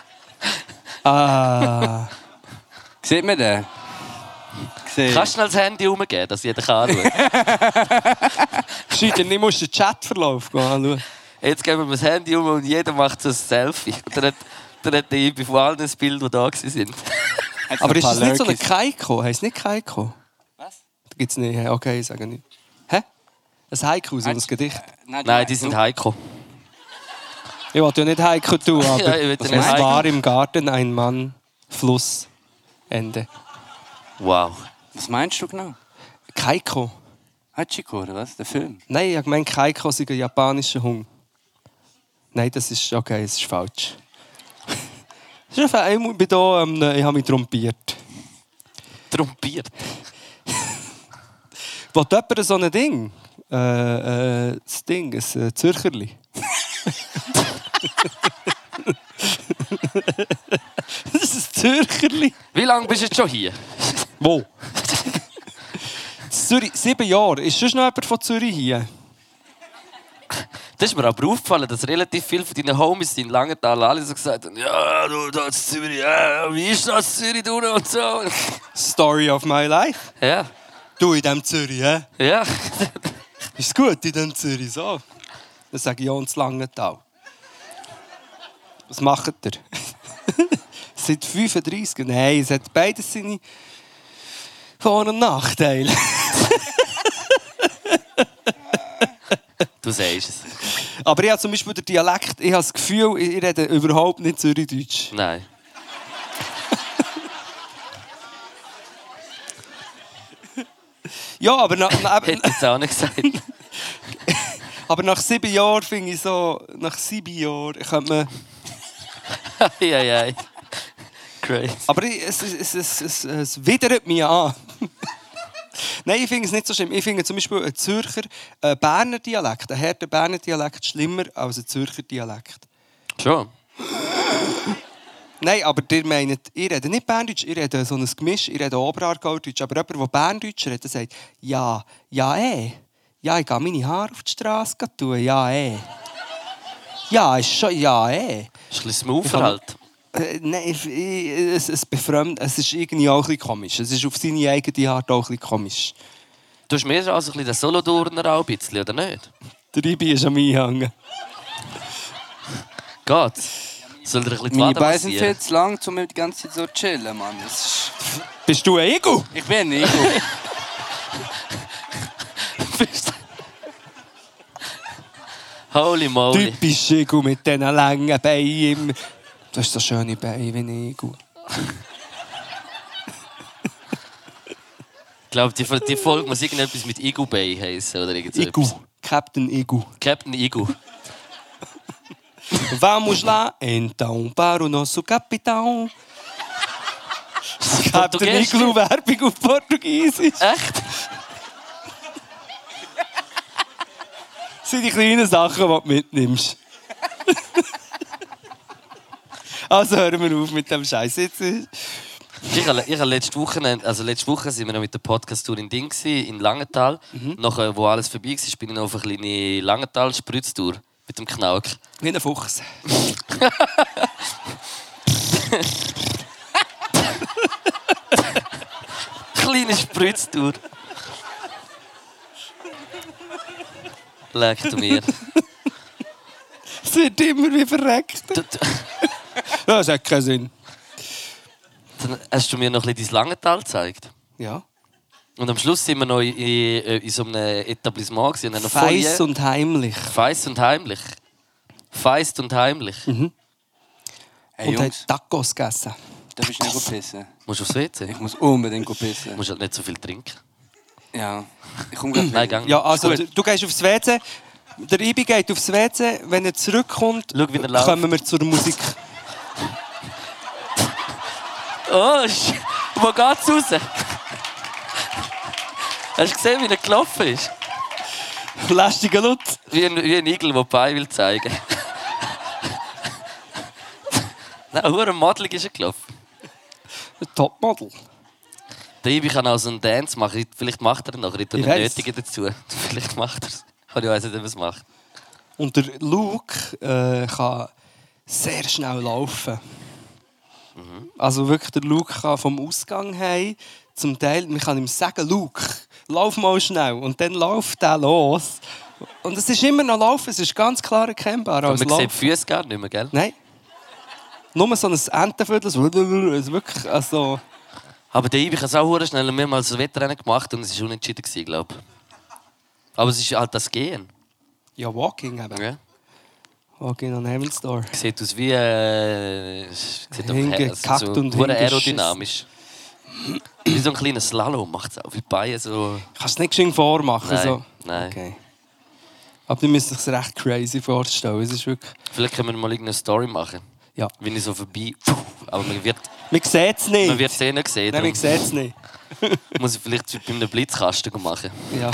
Ah. Sieht man den? Gesehen. Kannst du schnell das Handy umgeben, dass jeder kann anschauen? Scheiter, ich muss den Chatverlauf anschauen. Jetzt geben wir das Handy um und jeder macht so ein Selfie. Und dann hat der Ibi von allen ein Bild, das da waren. Aber ist das nicht so ein Lurkies. Kaiko? Heisst nicht Kaiko? Was? Da gibt's nicht. Okay, ich sage nicht. Hä? Ein Haiku, so ein Gedicht. Nein, die sind Heiko. Ich wollte ja nicht Haiku tun, aber Ja, ich will es nicht Haiku. war im Garten ein Mann, Fluss, Ende. Wow. Was meinst du genau? Kaiko? Hachiko, oder was? Der Film? Nein, ich habe gemeint, Kaiko sei ein japanischer Hund. Nein, das ist okay, das ist falsch. Das ist einfach, ich bin hier, ich habe mich trompiert. Trompiert. Wollt jemand so ein Ding? Das Ding, ein Zürcherli. Das ist ein Zürcherli. Wie lange bist du jetzt schon hier? Wo? In Zürich, 7 Jahre. Ist schon noch jemand von Zürich hier? Das ist mir aber aufgefallen, dass relativ viele von deinen Homies in Langenthal alle so gesagt haben, ja, du, da in Zürich, ja, wie ist das in Zürich, du und so. Story of my life. Ja, Du in diesem Zürich, hä? ja. Ist es gut in diesem Zürich, so? Dann sage ich ja ins Langenthal. Was macht ihr? Seit 35? Nein, es hat beides seine Vor- und Nachteile. Du sagst es. Aber ich habe zum Beispiel den Dialekt, ich habe das Gefühl, ich rede überhaupt nicht Zürichdeutsch. Nein. Ja, aber Hätte ich jetzt auch nicht gesagt. aber nach 7 Jahren finde ich so, nach 7 Jahren könnte man... Eieiei. Crazy. Aber es widert mich an. Nein, ich finde es nicht so schlimm. Ich finde zum Beispiel ein Zürcher Berner Dialekt, ein harter Berner Dialekt schlimmer als ein Zürcher Dialekt. Schon. Nein, aber ihr meint, ich rede nicht Berndeutsch, ich rede so ein Gemisch, ich rede Oberaargaudeutsch. Aber jemand, der Berndeutsch redet, sagt, ja, ja, ja, ich gehe meine Haare auf die Straße tun, ja, Ja, ist schon, ja, Ist ein bisschen smoother halt. Nein, es befremd, es ist irgendwie auch ein bisschen komisch. Es ist auf seine eigene Art auch ein bisschen komisch. Du hast mehr also ein bisschen den Solodurner auch ein bisschen, oder nicht? Der Ibi ist am Einhängen. Geht. Soll dir ein bisschen die Meine Wade Beine sind massieren? viel zu lang, um die ganze Zeit so zu chillen, Mann. Das ist... Bist du ein Ego? Ich bin ein Ego. Holy moly. Typisch Ego mit diesen langen Beinen. Du hast so schöne Beine wie ein Ego. Ich glaube, die Folge muss irgendetwas mit Igu Bay heißen oder irgend so Ego. etwas. Captain Ego. Captain Igu. Vamos lá, então, para o nosso capitão. Captain Portugiesisch? Iglu, Werbung auf Portugiesisch. Echt? Das sind die kleinen Sachen, die du mitnimmst. Also hören wir auf mit dem Scheiß. Ich habe letzte Woche sind wir noch mit der Podcast-Tour in Ding gewesen, in Langenthal. Nachher, wo alles vorbei war, bin ich noch auf eine kleine Langenthal-Spritztour mit dem Knauk. Wie ein Fuchs. Kleine Spritztour. Leck du mir. Es wird immer wie verreckt. Das hat keinen Sinn. Dann hast du mir noch ein bisschen dein Langenthal gezeigt. Ja. Und am Schluss sind wir noch in so einem Etablissement gewesen, in einer Feiss Folie. und heimlich. Feist und heimlich. Feist und heimlich. Hey, Und Jungs, hat Tacos gegessen. darf ich nicht pissen? Musst du aufs WC? Ich muss unbedingt pissen. Du musst halt nicht so viel trinken. Ja. Ich komme gleich. Nein, gang. Ja, also Gut. du gehst aufs WC. Der Ibi geht aufs WC. Wenn er zurückkommt, Schau, wie er läuft. kommen wir zur Musik. Oh, wo geht's raus? Hast du gesehen, wie er gelaufen ist? Lästiger Lutz. Wie ein Igel, der die Beine will zeigen. Nein, hure modelig ist er gelaufen. Ein Topmodel. Der Ibi kann auch so einen Dance machen. Vielleicht macht er ihn nachher. Ich tue Ich ihn weiss. nötigen dazu. Vielleicht macht er es. Ich weiß nicht, ob er es macht. Und der Luke kann sehr schnell laufen. Also wirklich, der Luke kann vom Ausgang heim zum Teil, man kann ihm sagen, Luke, lauf mal schnell. Und dann läuft er los. Und es ist immer noch Laufen, es ist ganz klar erkennbar Aber als man Laufen. sieht die Füße gar nicht mehr, gell? Nein. Nur so ein Entenviertel, so wirklich, also... Aber der Ibi hat es auch hure schnell. Wir haben mal so ein Wettrennen gemacht und es war unentschieden, glaube ich. Aber es ist halt das Gehen. Ja, Walking eben. Ja. Walking on Heaven's Door. Sieht aus wie. Sieht Hingekackt und hure hingeschissen. aerodynamisch. Wie so ein kleiner Slalom macht es auch. Wie die Beine so. Kannst du nicht schön vormachen? Nein, so. nein. Okay. Aber du müsst es recht crazy vorstellen. Es ist wirklich... Vielleicht können wir mal irgendeine Story machen. Ja. Wenn ich so vorbei. Aber man wird sieht es nicht. es eh nicht sehen. Nein, man sieht es nicht. Darum muss ich vielleicht bei einem Blitzkasten machen. Ja.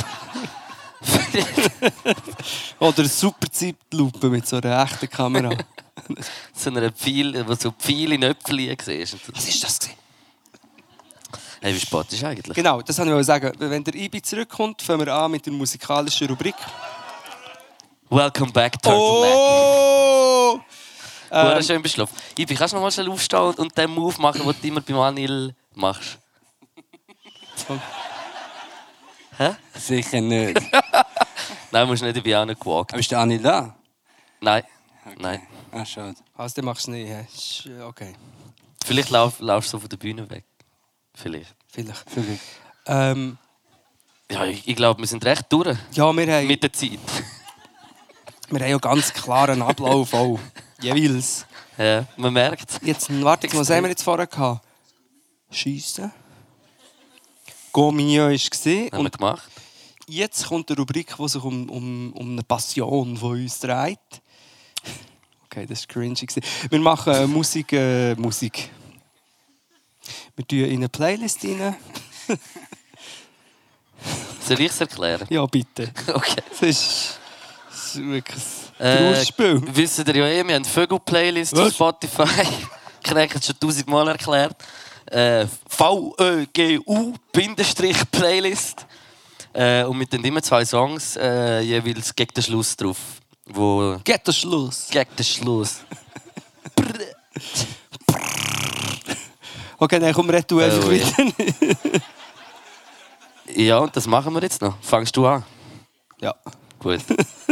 Oder eine super Zeitlupe mit so einer echten Kamera. So einer Pfeil, wo so Pfeile in Äpfel siehst. Was ist das gewesen? Hey, wie spät ist eigentlich? Genau, das wollte ich sagen. Wenn der Ibi zurückkommt, fangen wir an mit der musikalischen Rubrik. Welcome back, Turtleneck. Oh! Hure schön beschlafen. Ibi, kannst du noch mal schnell aufstehen und den Move machen, den du immer beim Anil machst? Hä? Sicher nicht. Nein, musst nicht, ich bin auch nicht gewagt. Aber ist der Anil da? Nein, nein. Ah, schade. Also, den machst du nicht. hä? Okay, Vielleicht laufst du so von der Bühne weg. Vielleicht. vielleicht. Vielleicht. Ja, ich glaube, wir sind recht durch Ja, wir haben mit der Zeit. ja ganz klaren Ablauf auch. Jeweils. Ja, man merkt es. Jetzt, warte, was haben wir jetzt vorher gehabt? Schiessen. Gomio war es. Haben wir Und gemacht. jetzt kommt eine Rubrik, die sich um eine Passion von uns dreht. Okay, das war cringy. Wir machen Musik. Wir tun in eine Playlist rein. Soll ich es erklären? Ja, bitte. Okay. Das ist wirklich ein Trauerspiel. Wisst ihr ja wir haben eine Vögel-Playlist auf Was? Spotify. Knäck hat es schon 1000-mal erklärt. VÖGU-Playlist. Und mit den immer 2 Songs jeweils gegen den Schluss drauf. Wo Geht der Schluss. gegen den Schluss. Okay, dann komm, red du einfach Oh, ja. weiter. Ja, und das machen wir jetzt noch. Fangst du an? Ja. Gut.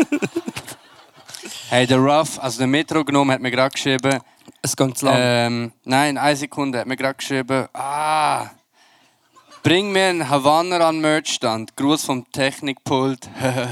Hey, der Ruff, also der Metro genommen, hat mir gerade geschrieben. Es geht zu lang. Nein, 1 Sekunde, hat mir gerade geschrieben. Bring mir einen Havanna an Merchstand. Gruß vom Technikpult.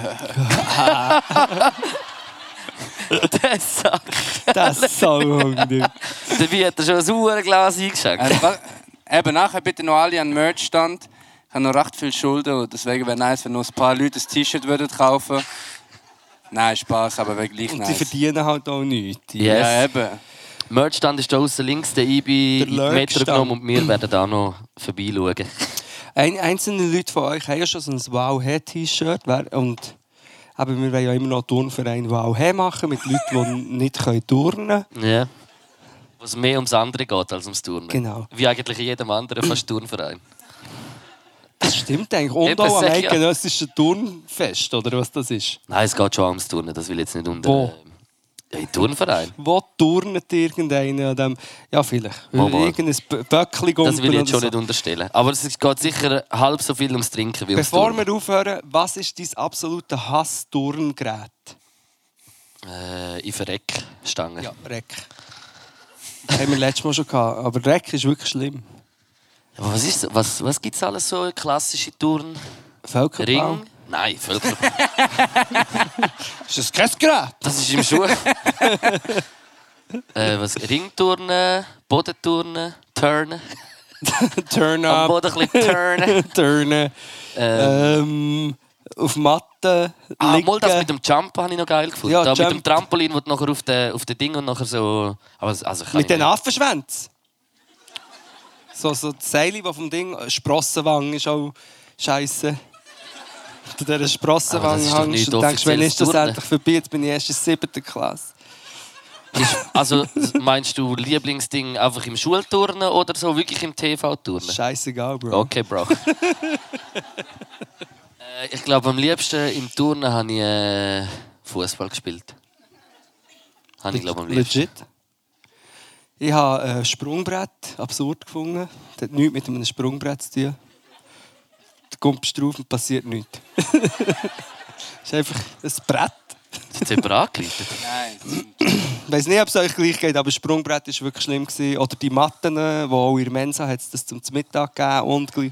Der Sack. Das ist so hungrig. Dabei hat er schon ein Uhrenglas eingeschenkt. Eben nachher bitte noch alle an Merchstand. Ich habe noch recht viel Schulden und deswegen wäre nice, wenn noch ein paar Leute ein T-Shirt würden kaufen. Nein, Spaß, aber wäre gleich Und nice. die verdienen halt auch nichts. Yes. Ja, eben. Merchstand ist da außen links, der Ibi Der in die Metro Lurkstand. genommen und wir werden da noch vorbeischauen. Einzelne Leute von euch haben ja schon so ein Wow-Hey-T-Shirt. Und aber wir wollen ja immer noch einen Turnverein Wow-Hey machen mit Leuten, die nicht turnen können. Ja. Was mehr ums andere geht als ums Turnen. Genau. Wie eigentlich in jedem anderen fast Turnverein. Das stimmt eigentlich. Und Eben, auch am sag ich ja. eidgenössischen Turnfest, oder was das ist. Nein, es geht schon ums Turnen, das will ich jetzt nicht unter... Wo? Ja, im Turnverein. Wo turnet irgendeiner an dem... Ja, vielleicht. Mal. Irgendein Böckli Das will ich jetzt schon oder nicht unterstellen. Aber es geht sicher halb so viel ums Trinken wie ums Bevor Turnen. wir aufhören, was ist dein absolute Hass-Turngerät? Ich Reckstange. Ja, Reck. Haben wir letztes Mal schon gehabt. Aber Reck ist wirklich schlimm. Aber was gibt es alles so? Klassische Touren? Völkerbau. Ring? Nein, Völkerbau. Ist das kein Gerät? Das ist im Schuh. Ringturnen, Bodenturnen, Turnen. Turn Am up. Boden ein bisschen turnen. Turnen. Auf Matten liegen. Mal das mit dem Jump habe ich noch geil gefunden. Ja, Da mit Jump. dem Trampolin, wo du nachher auf den Ding und nachher so... Also kann Mit ich den nicht. Affenschwänzen. So die Seile, die vom Ding... Sprossenwange ist auch scheisse. Zu dieser Aber das Sprossenwange ist doch hängst nicht und denkst, wenn ist das offizielles endlich vorbei? Jetzt bin ich erst in der 7. Klasse. Also meinst du Lieblingsding einfach im Schulturnen oder so wirklich im TV-Turnen? Scheißegal, Bro. Okay, Bro. Ich glaube, am liebsten im Turnen habe ich Fußball gespielt. Habe ich glaube am liebsten. Legit. Ich habe ein Sprungbrett absurd gefunden. Das hat nichts mit einem Sprungbrett zu tun. Du kommst drauf und passiert nichts. Es ist einfach ein Brett. Sind Sie jemand angeleitet? Nein. Ich weiss nicht, ob es euch gleich geht, aber das Sprungbrett war wirklich schlimm gewesen. Oder die Matten, die auch in der Mensa hat es das zum Mittag gegeben. Und gleich.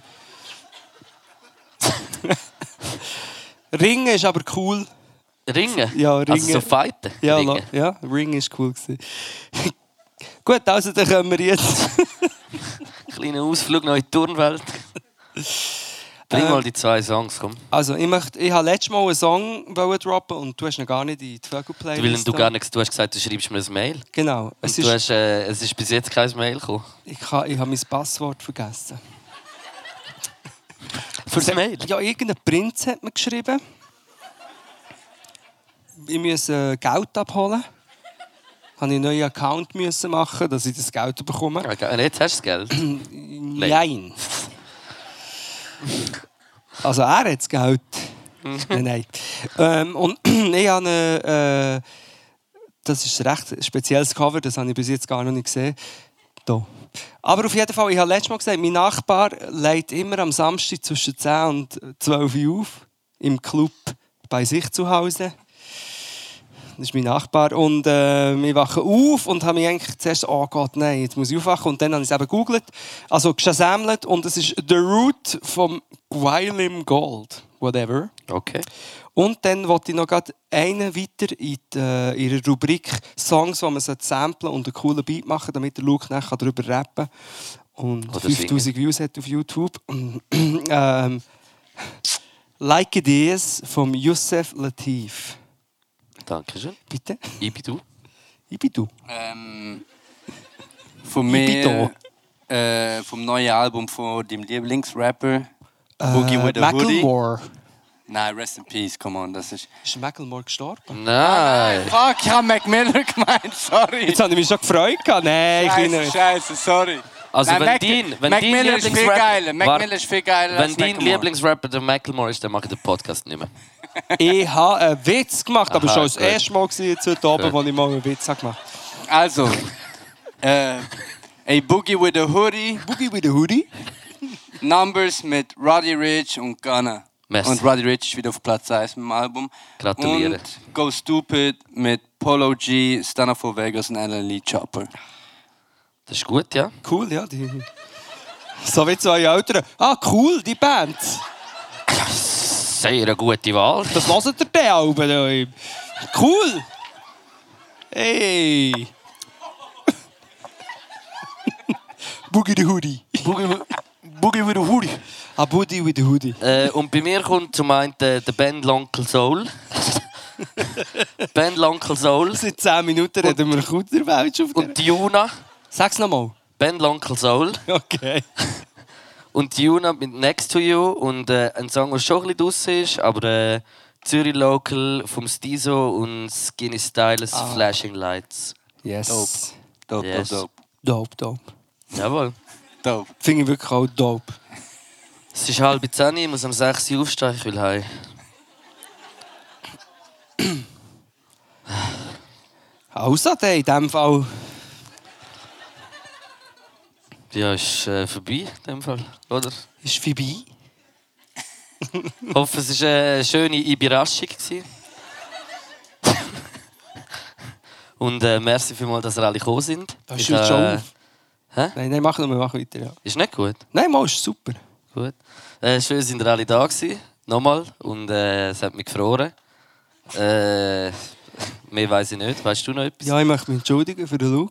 Ringen ist aber cool. Ringen? Ja, Ringen. Also so fighten? Ja, Ringen. ja, Ring ist cool gewesen. Gut, also dann können wir jetzt. Kleiner Ausflug noch in die Turnwelt. Bring mal die 2 Songs, komm. Also ich habe letztes Mal einen Song droppen und du hast ihn gar nicht in die Vögel-Playlist. Du hast gesagt, du schreibst mir ein Mail. Genau. Es ist bis jetzt kein Mail gekommen. Ich habe mein Passwort vergessen. Für das Mail? Ja, irgendein Prinz hat mir geschrieben. Ich musste Geld abholen. Habe ich einen neuen Account machen, dass ich das Geld bekomme. Und jetzt hast du das Geld? Nein. Also er hat das Geld. Nein. Und ich habe das ist ein recht spezielles Cover, das habe ich bis jetzt gar noch nicht gesehen. Da. Aber auf jeden Fall, ich habe letztes Mal gesagt, mein Nachbar legt immer am Samstag zwischen 10 und 12 Uhr auf. Im Club bei sich zu Hause. Das ist mein Nachbar. Und wir wachen auf und haben mich eigentlich zuerst, oh Gott, nein, jetzt muss ich aufwachen. Und dann habe ich es eben gegoogelt, also gesammelt. Und es ist The Root vom Gwylym Gold. Whatever. Okay. Und dann wollte ich noch gerade einen weiter in ihrer Rubrik Songs, wo man samplen und einen coolen Beat machen, damit der Luke nachher darüber rappen kann. Und Oder 5000 Views hat auf YouTube. Like It Is vom Youssef Latif. Dankeschön. Bitte? Ich bin du. Ich bin du. Von mir, vom neuen Album von dem Lieblingsrapper Boogie with a Hoodie. Macklemore. Nein, Rest in Peace, come on, das ist... Ist Macklemore gestorben? Nein. Fuck, ich habe Mac Miller gemeint, sorry. Jetzt habe ich mich schon gefreut. Nein, Scheiße, sorry. Also Nein, wenn Mac dein Miller ist viel Lieblingsrapper... geiler. Mac Warte. Miller ist viel geiler Wenn als dein Macklemore. Lieblingsrapper der Macklemore ist, dann mache ich den Podcast nicht mehr. Ich habe einen Witz gemacht, aber Aha, schon das gut. erste Mal war jetzt heute Abend, Gut. wo ich mal einen Witz habe gemacht Also, a Boogie with a Hoodie, habe. Boogie with a Hoodie. Numbers mit Roddy Ricch und Gunna. Merci. Und Roddy Ricch ist wieder auf Platz 1 mit dem Album. Gratuliere. Und Go Stupid mit Polo G, Stunner for Vegas und Alan Lee Chopper. Das ist gut, ja? Cool, ja. So wie zwei Eltern. Ah, cool, die Band. Sehr eine gute Wahl. Das hört ihr den Alben. Cool. Hey. Boogie the Hoodie. Boogie with a Hoodie. Ah, Boogie with the Hoodie. Und bei mir kommt zum einen der Band L'Oncle Soul. Band L'Oncle Soul. Seit 10 Minuten reden wir Kuderwelsch auf Und die Juna. Sag's nochmal. Band L'Oncle Soul. Okay. Und die Juna mit Next to You. Und ein Song, der schon ein bisschen draussen ist, aber Zürich Local vom Stizo und Skinny Stylus Flashing Lights. Yes. Dope, Yes. Dope. Jawohl. dope. Finde ich wirklich auch dope. Es ist 9:30, ich muss um 6 Uhr aufstehen, ich will heim. Also, dann in dem Fall. Ja, ist vorbei in dem Fall, oder? Ist vorbei. Ich hoffe, es war eine schöne Überraschung. Und merci vielmals, dass ihr alle gekommen sind. Das ist schon auf. Hä? Nein, mach weiter. Ja. Ist nicht gut? Nein, mal ist super. Gut. Schön, sind ihr alle da gewesen. Nochmal. Und es hat mich gefroren. Mehr weiss ich nicht. Weißt du noch etwas? Ja, ich möchte mich entschuldigen für den Look.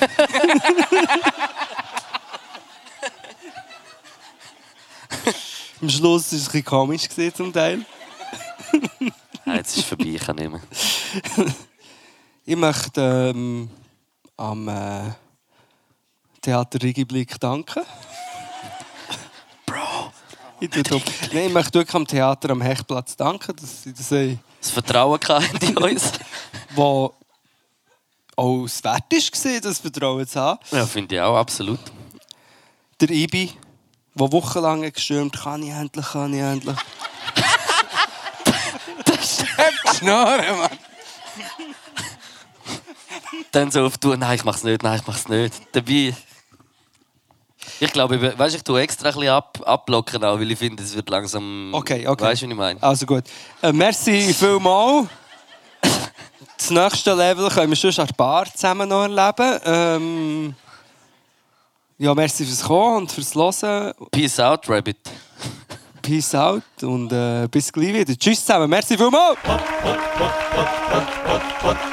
Am Schluss war es ein bisschen komisch zum Teil. Nein, jetzt ist es vorbei, ich kann nicht mehr. Ich möchte am Theater Rigiblick danken. Bro! Ich möchte wirklich am Theater am Hechtplatz danken, dass sie das Das Vertrauen in uns. wo auch es wert war, das Vertrauen zu haben. Ja, finde ich auch, absolut. Der Ibi, der wochenlang gestürmt, kann ich endlich. Schnurren, Mann. Dann so auf du, nein, ich mach's nicht. Dabei. Ich glaube, ich tue extra ein bisschen abblocken, auch, weil ich finde, es wird langsam. Okay. Weißt du, was ich meine? Also gut. Merci vielmals. Das nächste Level können wir schon an der Bar zusammen noch erleben. Ja, merci fürs Kommen und fürs Hören. Peace out, Rabbit. Peace out und bis gleich wieder. Tschüss zusammen. Merci vielmals.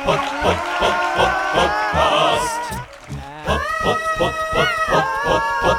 Podcast.